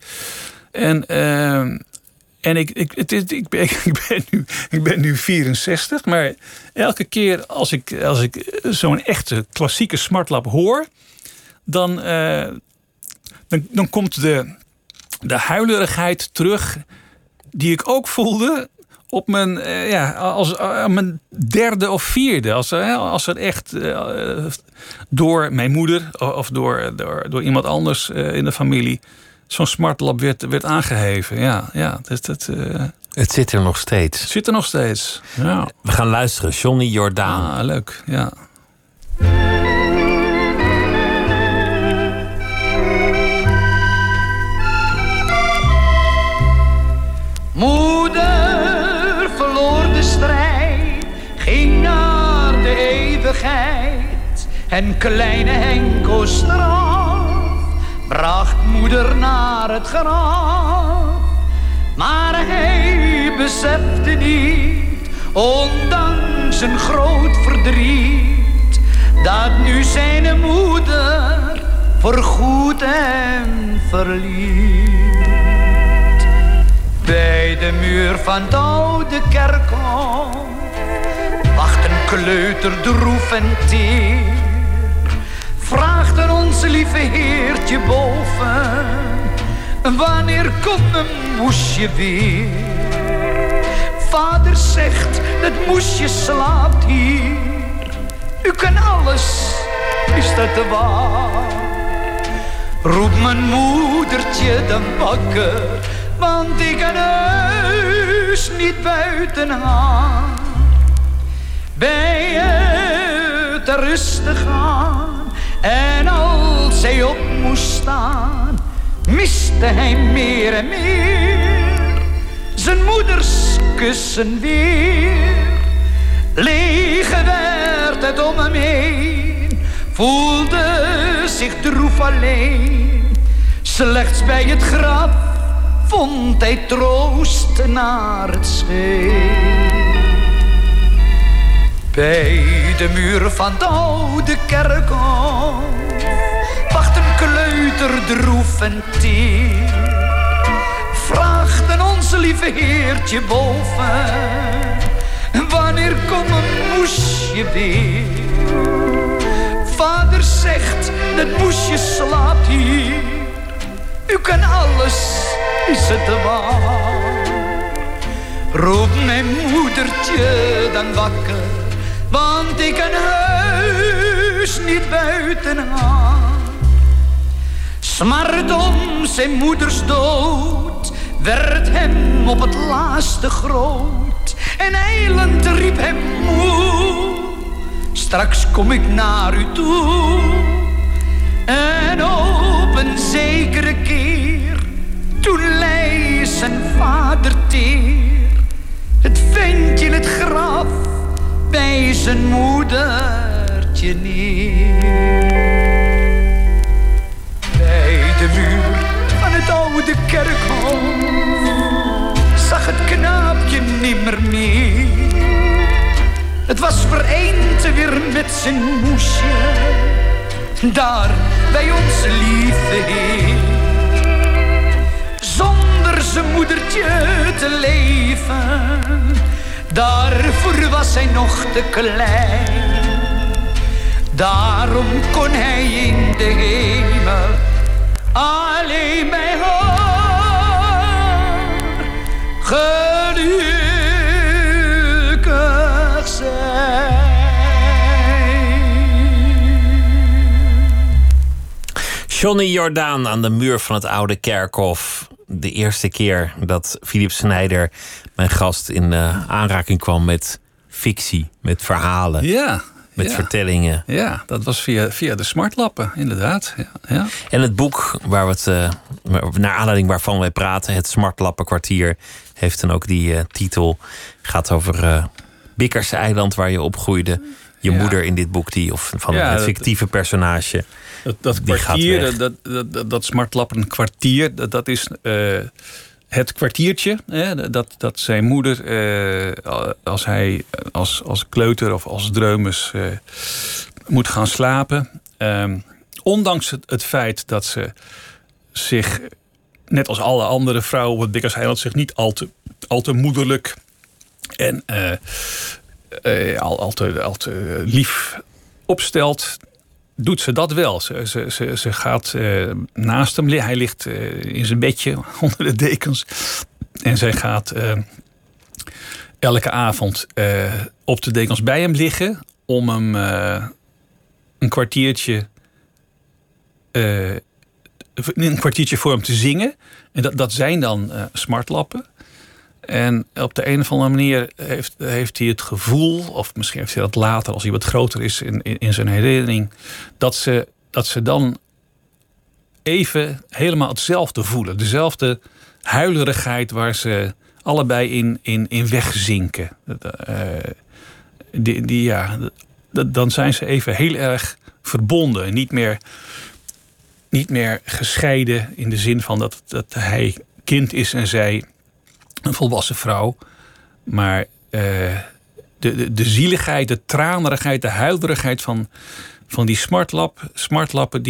En ik ben nu 64, maar elke keer als ik zo'n echte klassieke smartlap hoor, dan komt de huilerigheid terug die ik ook voelde op mijn, mijn derde of vierde. Als er echt door mijn moeder of door iemand anders in de familie zo'n smartlap werd aangeheven. Ja, het zit er nog steeds. Het zit er nog steeds, ja. We gaan luisteren. Johnny Jordaan. Ah, leuk, ja. Moeder verloor de strijd, ging naar de eeuwigheid. En kleine Henko straf bracht moeder naar het graf. Maar hij besefte niet, ondanks een groot verdriet, dat nu zijn moeder voorgoed hem verliet. Bij de muur van het oude kerkhof wacht een kleuter droef en teer. Vraagt onze lieve heertje boven, wanneer komt mijn moesje weer? Vader zegt, dat moesje slaapt hier. U kan alles, is dat de waar? Roep mijn moedertje dan wakker, want ik kan huis niet buiten haar. Bij het te rustig gaan. En als hij op moest staan, miste hij meer en meer zijn moeders kussen weer. Leeg werd het om hem heen, voelde zich droef alleen. Slechts bij het graf vond hij troost naar het scheen. Bij de muur van het oude kerkhof wacht een kleuter droef en teer. Vraagt onze lieve heertje boven, wanneer komt een moesje weer? Vader zegt, dat moesje slaapt hier. U kan alles, is het waar? Roep mijn moedertje dan wakker, want ik kan huis niet buiten haar. Smart om zijn moeders dood werd hem op het laatste groot. En ijlend riep hem moe, straks kom ik naar u toe. En op een zekere keer, toen lei zijn vader teer, het ventje in het graf bij zijn moedertje neer. Bij de muur van het oude kerkhof zag het knaapje nimmer meer. Het was vereend weer met zijn moesje, daar bij onze lieve Heer. Zonder zijn moedertje te leven Daarvoor was hij nog te klein. Daarom kon hij in de hemel alleen bij haar gelukkig zijn. Johnny Jordaan aan de muur van het oude kerkhof. De eerste keer dat Philip Snijder, mijn gast, in aanraking kwam met fictie, met verhalen, met vertellingen. Ja, dat was via de smartlappen, inderdaad. Ja. En het boek waar we het, naar aanleiding waarvan wij praten, het Smartlappenkwartier, heeft dan ook die titel. Gaat over Bikkerse eiland waar je opgroeide. Je moeder in dit boek, het fictieve personage. Dat kwartier, dat Smartlappenkwartier, dat is het kwartiertje. Dat zijn moeder, als hij als kleuter of als dreumes moet gaan slapen. Ondanks het feit dat ze zich, net als alle andere vrouwen op het Bikkerse eiland, zich niet al te moederlijk en al te lief opstelt, doet ze dat wel. Ze gaat naast hem. Hij ligt in zijn bedje onder de dekens. En zij gaat elke avond op de dekens bij hem liggen om hem een kwartiertje voor hem te zingen. En dat zijn dan smartlappen. En op de een of andere manier heeft hij het gevoel, of misschien heeft hij dat later, als hij wat groter is in zijn herinnering, dat ze dan even helemaal hetzelfde voelen. Dezelfde huilerigheid waar ze allebei in wegzinken. Dan zijn ze even heel erg verbonden. Niet meer gescheiden in de zin van dat hij kind is en zij een volwassen vrouw. Maar de zieligheid, de tranerigheid, de huilerigheid van die smartlappen,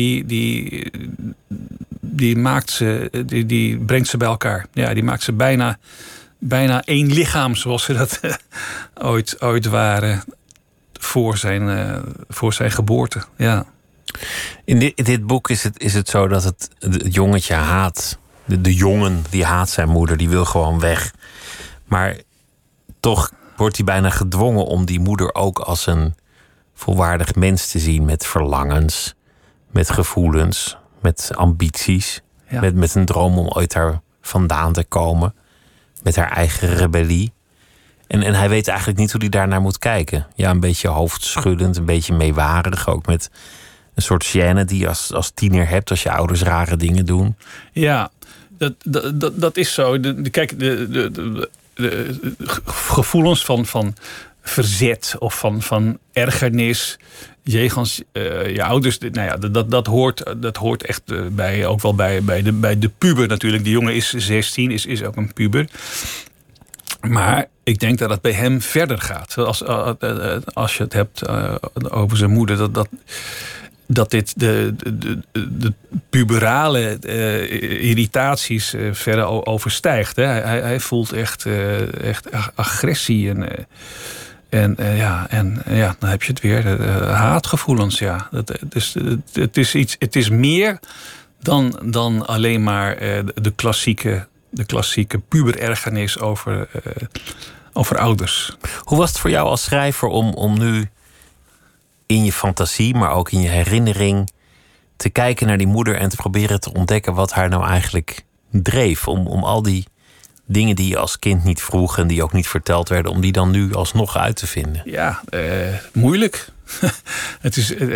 die brengt ze bij elkaar. Ja, die maakt ze bijna één lichaam, zoals ze dat ooit waren voor zijn geboorte. Ja. In dit boek is het zo dat het jongetje haat. De jongen die haat zijn moeder, die wil gewoon weg. Maar toch wordt hij bijna gedwongen om die moeder ook als een volwaardig mens te zien. Met verlangens, met gevoelens, met ambities. Ja. Met een droom om ooit daar vandaan te komen. Met haar eigen rebellie. En hij weet eigenlijk niet hoe hij daarnaar moet kijken. Ja, een beetje hoofdschuddend, een beetje meewarig. Ook met een soort gêne die je als tiener hebt als je ouders rare dingen doen. Ja, dat is zo. Kijk, de gevoelens van verzet of van ergernis jegens je ouders, dat hoort echt ook wel bij de puber natuurlijk. Die jongen is 16, is ook een puber. Maar ik denk dat het bij hem verder gaat. Als je het hebt over zijn moeder, dat dit de puberale irritaties verder overstijgt. Hè. Hij voelt echt agressie en dan heb je het weer. Haatgevoelens, ja. Het is meer dan alleen maar de klassieke puberergernis over ouders. Hoe was het voor jou als schrijver om nu in je fantasie, maar ook in je herinnering, te kijken naar die moeder en te proberen te ontdekken wat haar nou eigenlijk dreef? Om al die dingen die je als kind niet vroeg en die ook niet verteld werden, om die dan nu alsnog uit te vinden? Ja, moeilijk. Het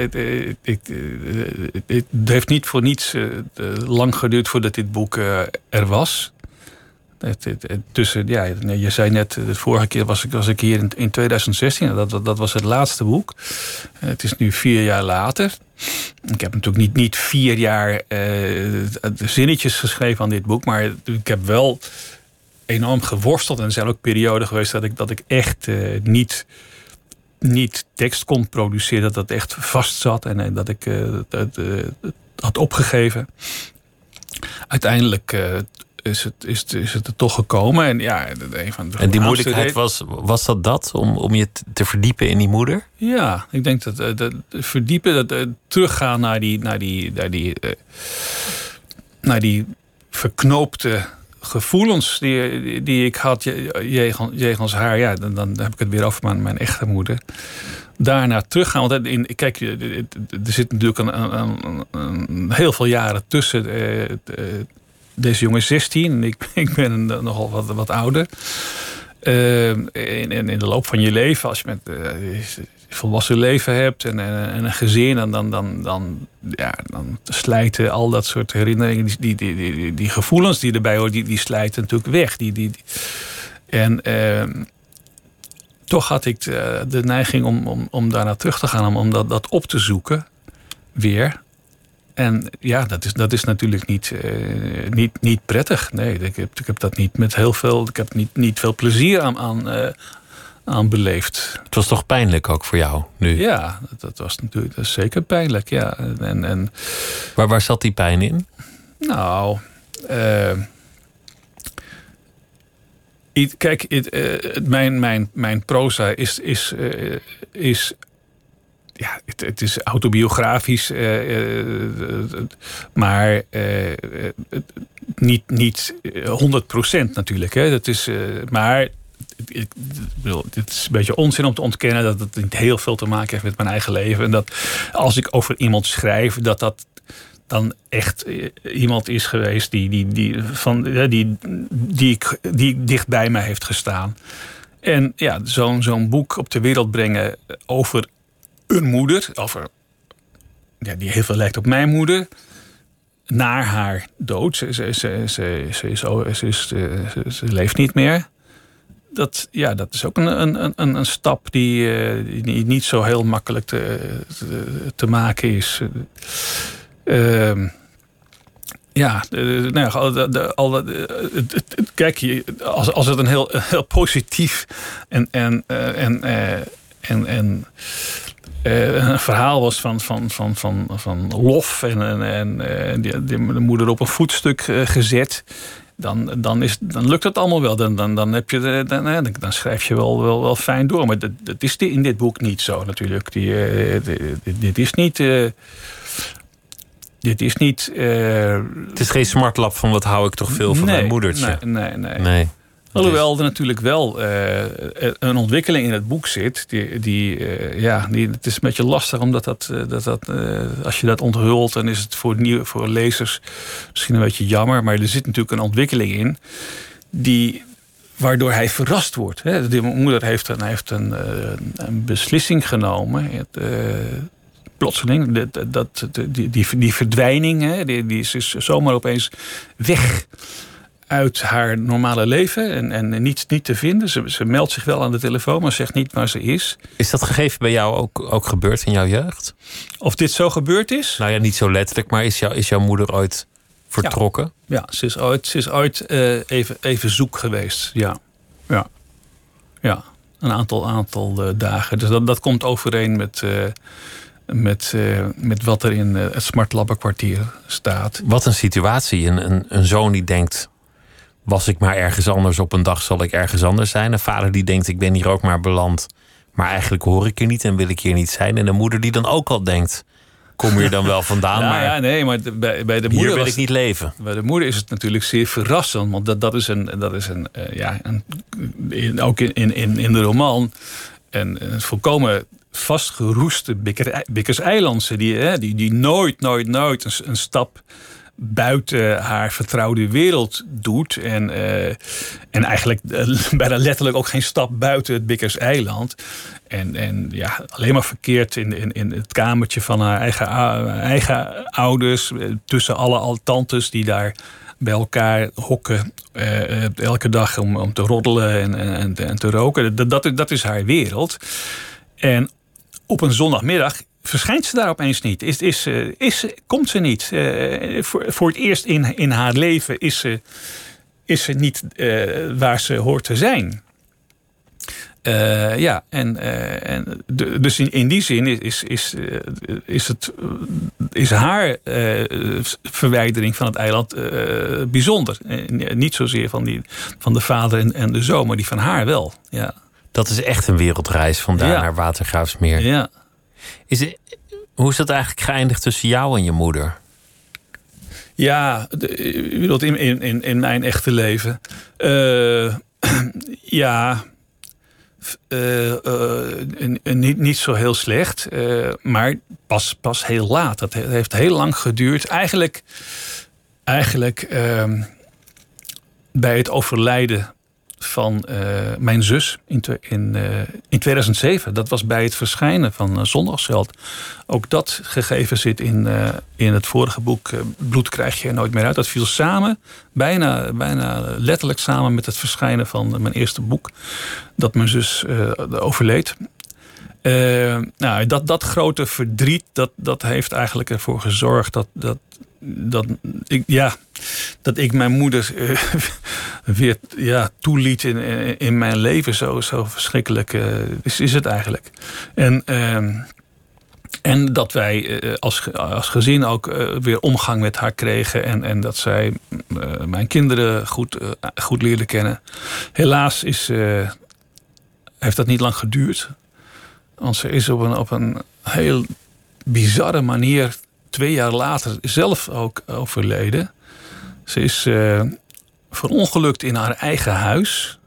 heeft niet voor niets lang geduurd voordat dit boek er was. Je zei net, de vorige keer was ik hier in 2016. Dat was het laatste boek. Het is nu 4 jaar later. Ik heb natuurlijk niet 4 jaar zinnetjes geschreven aan dit boek. Maar ik heb wel enorm geworsteld. En er zijn ook perioden geweest dat ik echt niet tekst kon produceren. Dat dat echt vast zat. En dat ik het had opgegeven. Uiteindelijk is het er toch gekomen. En ja, een van de en die moeilijkheid was dat om je te verdiepen in die moeder? Ja, ik denk dat verdiepen, teruggaan naar die verknoopte gevoelens die ik had jegens haar. Ja, dan heb ik het weer over mijn echte moeder. Daarna teruggaan. Want kijk, er zit natuurlijk een heel veel jaren tussen. Deze jongen is 16 en ik ben nogal wat ouder. In de loop van je leven, als je met volwassen leven hebt en een gezin, dan slijten al dat soort herinneringen, die gevoelens die erbij horen, die slijten natuurlijk weg. Toch had ik de neiging om daarna terug te gaan, om dat op te zoeken weer. En ja, dat is natuurlijk niet prettig. Nee, ik heb dat niet met heel veel. Ik heb niet veel plezier aan beleefd. Het was toch pijnlijk ook voor jou nu? Ja, dat was natuurlijk zeker pijnlijk. Ja. En waar zat die pijn in? Nou, kijk, mijn proza is ja, het is autobiografisch, maar niet 100% natuurlijk. Hè. Dat is, maar ik bedoel, het is een beetje onzin om te ontkennen dat het niet heel veel te maken heeft met mijn eigen leven. En dat als ik over iemand schrijf, dat dan echt iemand is geweest die dicht bij mij heeft gestaan. En ja, zo'n boek op de wereld brengen over een moeder, die heel veel lijkt op mijn moeder, na haar dood. Ze leeft niet meer. Dat is ook een stap die niet zo heel makkelijk te maken is. Kijk, als het een heel positief en een verhaal was van lof en de moeder op een voetstuk gezet, dan lukt het allemaal wel. Dan schrijf je wel fijn door. Maar dat is in dit boek niet zo natuurlijk. Dit is niet. Het is geen smartlap van wat hou ik toch veel van mijn moedertje. Nee. Alhoewel er natuurlijk wel een ontwikkeling in het boek zit. Het is een beetje lastig, omdat als je dat onthult, dan is het voor lezers misschien een beetje jammer. Maar er zit natuurlijk een ontwikkeling in waardoor hij verrast wordt. De moeder heeft een beslissing genomen. Plotseling, die verdwijning, die is zomaar opeens weg uit haar normale leven en niet te vinden. Ze meldt zich wel aan de telefoon, maar zegt niet waar ze is. Is dat gegeven bij jou ook gebeurd in jouw jeugd? Of dit zo gebeurd is? Nou ja, niet zo letterlijk, maar is jouw moeder ooit vertrokken? Ja, ze is ooit even zoek geweest. Ja. Een aantal dagen. Dus dat komt overeen met wat er in het Smartlabbenkwartier staat. Wat een situatie. Een zoon die denkt, was ik maar ergens anders, op een dag zal ik ergens anders zijn. Een vader die denkt, ik ben hier ook maar beland, maar eigenlijk hoor ik er niet en wil ik hier niet zijn. En een moeder die dan ook al denkt, kom hier dan wel vandaan. Maar bij de moeder hier wil ik niet leven. Bij de moeder is het natuurlijk zeer verrassend, want dat is ook in de roman een volkomen vastgeroeste Bickerseilandse die nooit een stap buiten haar vertrouwde wereld doet. En eigenlijk bijna letterlijk ook geen stap buiten het Bickerseiland. En alleen maar verkeerd in het kamertje van haar eigen ouders. Tussen alle tantes die daar bij elkaar hokken. Elke dag om te roddelen en te roken. Dat is haar wereld. En op een zondagmiddag verschijnt ze daar opeens niet. Komt ze niet. Voor het eerst in haar leven is ze niet waar ze hoort te zijn. Dus in die zin is haar verwijdering van het eiland bijzonder. Niet zozeer van de vader en de zoon, maar die van haar wel. Ja. Dat is echt een wereldreis vandaar naar Watergraafsmeer. Ja. Hoe is dat eigenlijk geëindigd tussen jou en je moeder? Ja, je bedoelt in mijn echte leven. Niet zo heel slecht, maar pas heel laat. Dat heeft heel lang geduurd. Eigenlijk bij het overlijden van mijn zus in 2007. Dat was bij het verschijnen van Zondagsheld. Ook dat gegeven zit in het vorige boek Bloed krijg je er nooit meer uit. Dat viel samen, bijna letterlijk samen met het verschijnen van mijn eerste boek. Dat mijn zus overleed. Dat grote verdriet, dat heeft eigenlijk ervoor gezorgd dat ik mijn moeder weer toeliet in mijn leven. Zo verschrikkelijk is het eigenlijk. En dat wij als gezin ook weer omgang met haar kregen. En dat zij mijn kinderen goed leerde kennen. Helaas heeft dat niet lang geduurd. Want ze is op een heel bizarre manier 2 jaar later zelf ook overleden. Ze is verongelukt in haar eigen huis.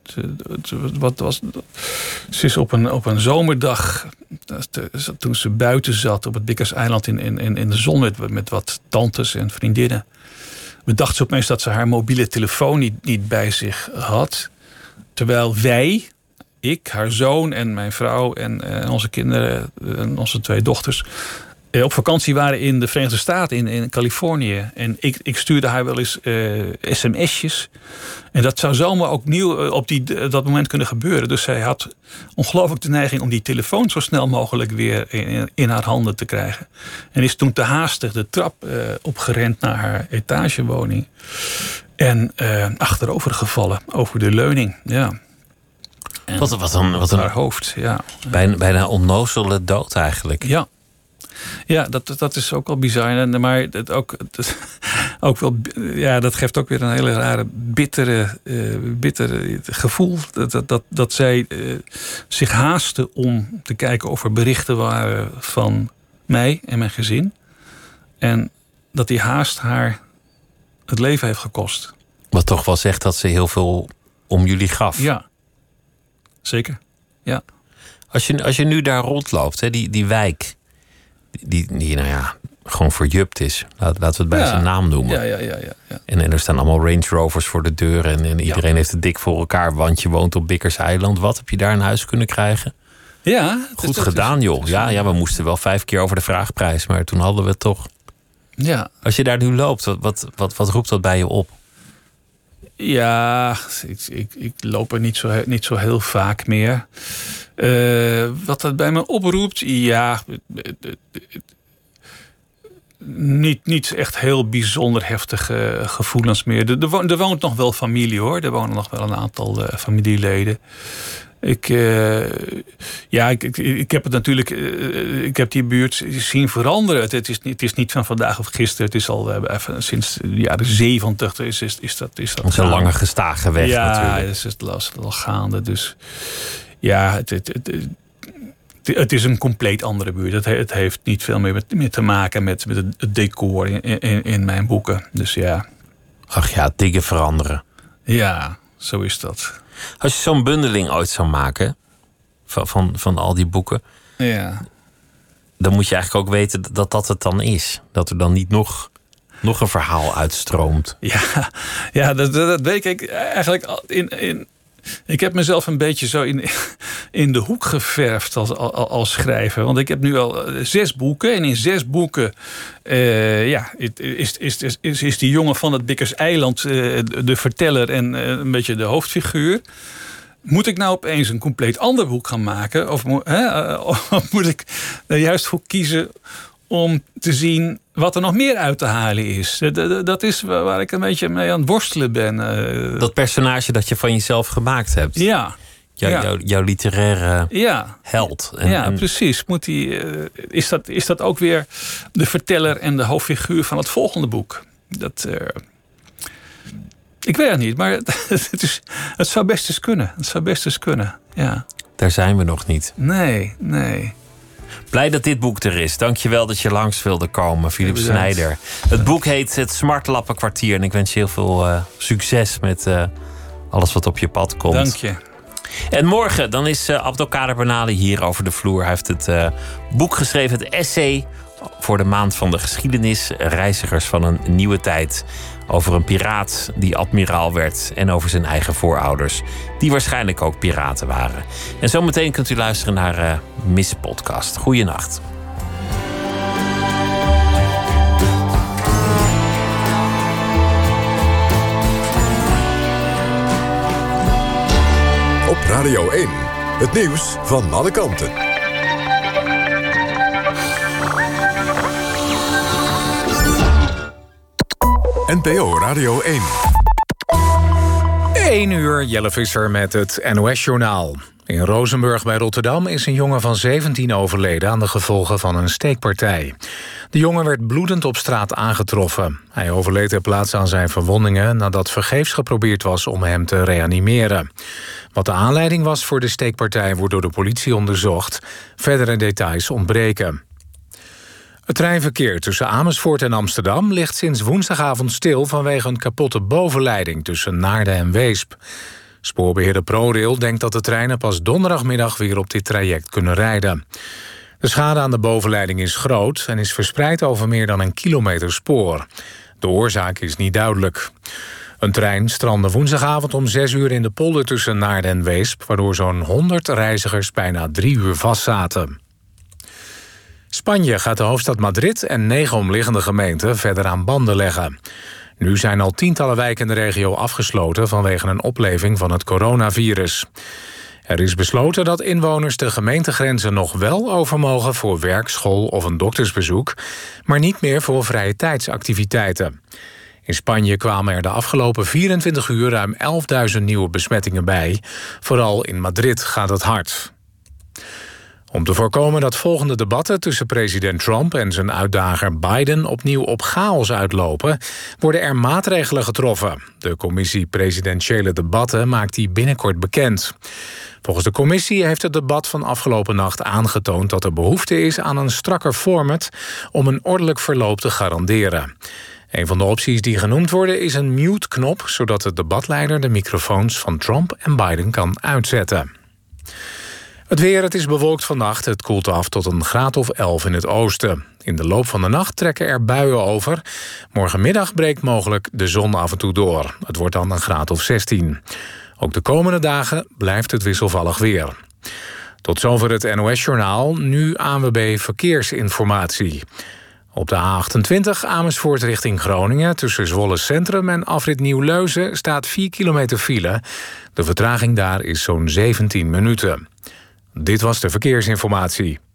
Ze is op een zomerdag, toen ze buiten zat op het Bickerseiland in de zon met wat tantes en vriendinnen, bedacht ze opeens dat ze haar mobiele telefoon niet bij zich had. Terwijl wij, ik, haar zoon en mijn vrouw en onze kinderen en onze 2 dochters op vakantie waren in de Verenigde Staten, in Californië. En ik stuurde haar wel eens sms'jes. En dat zou zomaar ook nieuw op dat moment kunnen gebeuren. Dus zij had ongelooflijk de neiging om die telefoon zo snel mogelijk weer in haar handen te krijgen. En is toen te haastig de trap opgerend naar haar etagewoning. En achterover gevallen, over de leuning. Ja. Wat een haar hoofd, ja. Bijna onnozele dood eigenlijk. Ja. Ja, dat is ook wel bizar. Maar ook wel, ja, dat geeft ook weer een hele rare, bittere gevoel. Dat zij zich haastte om te kijken of er berichten waren van mij en mijn gezin. En dat die haast haar het leven heeft gekost. Wat toch wel zegt dat ze heel veel om jullie gaf. Ja, zeker. Ja. Als je nu daar rondloopt, hè, die wijk die nou ja, gewoon verjupt is. Laten we het bij zijn naam noemen. Ja. En er staan allemaal Range Rovers voor de deur. En iedereen heeft het dik voor elkaar. Want je woont op Bickerseiland. Wat heb je daar een huis kunnen krijgen? Ja. Goed gedaan, joh. Ja, we moesten wel 5 keer over de vraagprijs. Maar toen hadden we het toch. Ja. Als je daar nu loopt, wat roept dat bij je op? Ja, ik loop er niet zo heel vaak meer. Wat dat bij me oproept, ja, niet echt heel bijzonder heftige gevoelens meer. Er woont nog wel familie, hoor. Er wonen nog wel een aantal familieleden. Ik heb het natuurlijk. Ik heb die buurt zien veranderen. Het is niet van vandaag of gisteren. Het is al sinds de jaren 70 is dat. Het is een lange gestage weg, natuurlijk. Ja, het is al gaande. Dus ja, het is een compleet andere buurt. Het heeft niet veel meer te maken met het decor in mijn boeken. Dus ja. Ach ja, dingen veranderen. Ja, zo is dat. Als je zo'n bundeling ooit zou maken van al die boeken, ja, dan moet je eigenlijk ook weten dat het dan is. Dat er dan niet nog een verhaal uitstroomt. Ja, dat weet ik eigenlijk ik heb mezelf een beetje zo in de hoek geverfd als schrijver. Want ik heb nu al 6 boeken. En in 6 boeken is die jongen van het Bickerseiland de verteller en een beetje de hoofdfiguur. Moet ik nou opeens een compleet ander boek gaan maken? Of moet ik er juist voor kiezen om te zien wat er nog meer uit te halen is? Dat is waar ik een beetje mee aan het worstelen ben. Dat personage dat je van jezelf gemaakt hebt. Ja. Jouw literaire held. Precies. Is dat ook weer de verteller en de hoofdfiguur van het volgende boek? Ik weet het niet, maar het zou best eens kunnen. Ja. Daar zijn we nog niet. Nee. Blij dat dit boek er is. Dank je wel dat je langs wilde komen, Philip Snijder. Het boek heet Het Smartlappenkwartier. En ik wens je heel veel succes met alles wat op je pad komt. Dank je. En morgen dan is Abdelkader Benali hier over de vloer. Hij heeft het boek geschreven, het essay voor de maand van de geschiedenis. Reizigers van een nieuwe tijd. Over een piraat die admiraal werd. En over zijn eigen voorouders. Die waarschijnlijk ook piraten waren. En zometeen kunt u luisteren naar Miss Podcast. Goeienacht. Op Radio 1. Het nieuws van alle kanten. NPO Radio 1. 1 uur, Jelle Visser met het NOS-journaal. In Rozenburg bij Rotterdam is een jongen van 17 overleden aan de gevolgen van een steekpartij. De jongen werd bloedend op straat aangetroffen. Hij overleed ter plaatse aan zijn verwondingen nadat vergeefs geprobeerd was om hem te reanimeren. Wat de aanleiding was voor de steekpartij wordt door de politie onderzocht. Verdere details ontbreken. Het treinverkeer tussen Amersfoort en Amsterdam ligt sinds woensdagavond stil vanwege een kapotte bovenleiding tussen Naarden en Weesp. Spoorbeheerder ProRail denkt dat de treinen pas donderdagmiddag weer op dit traject kunnen rijden. De schade aan de bovenleiding is groot en is verspreid over meer dan 1 kilometer spoor. De oorzaak is niet duidelijk. Een trein strandde woensdagavond om 6 uur in de polder tussen Naarden en Weesp, waardoor zo'n 100 reizigers bijna 3 uur vastzaten. Spanje gaat de hoofdstad Madrid en 9 omliggende gemeenten verder aan banden leggen. Nu zijn al tientallen wijken in de regio afgesloten vanwege een opleving van het coronavirus. Er is besloten dat inwoners de gemeentegrenzen nog wel over mogen voor werk, school of een doktersbezoek, maar niet meer voor vrije tijdsactiviteiten. In Spanje kwamen er de afgelopen 24 uur ruim 11.000 nieuwe besmettingen bij. Vooral in Madrid gaat het hard. Om te voorkomen dat volgende debatten tussen president Trump en zijn uitdager Biden opnieuw op chaos uitlopen, worden er maatregelen getroffen. De commissie Presidentiële Debatten maakt die binnenkort bekend. Volgens de commissie heeft het debat van afgelopen nacht aangetoond dat er behoefte is aan een strakker format om een ordelijk verloop te garanderen. Een van de opties die genoemd worden is een mute-knop, zodat de debatleider de microfoons van Trump en Biden kan uitzetten. Het weer, het is bewolkt vannacht. Het koelt af tot een graad of 11 in het oosten. In de loop van de nacht trekken er buien over. Morgenmiddag breekt mogelijk de zon af en toe door. Het wordt dan een graad of 16. Ook de komende dagen blijft het wisselvallig weer. Tot zover het NOS-journaal. Nu ANWB Verkeersinformatie. Op de A28 Amersfoort richting Groningen tussen Zwolle Centrum en afrit Nieuw-Leuzen staat 4 kilometer file. De vertraging daar is zo'n 17 minuten. Dit was de verkeersinformatie.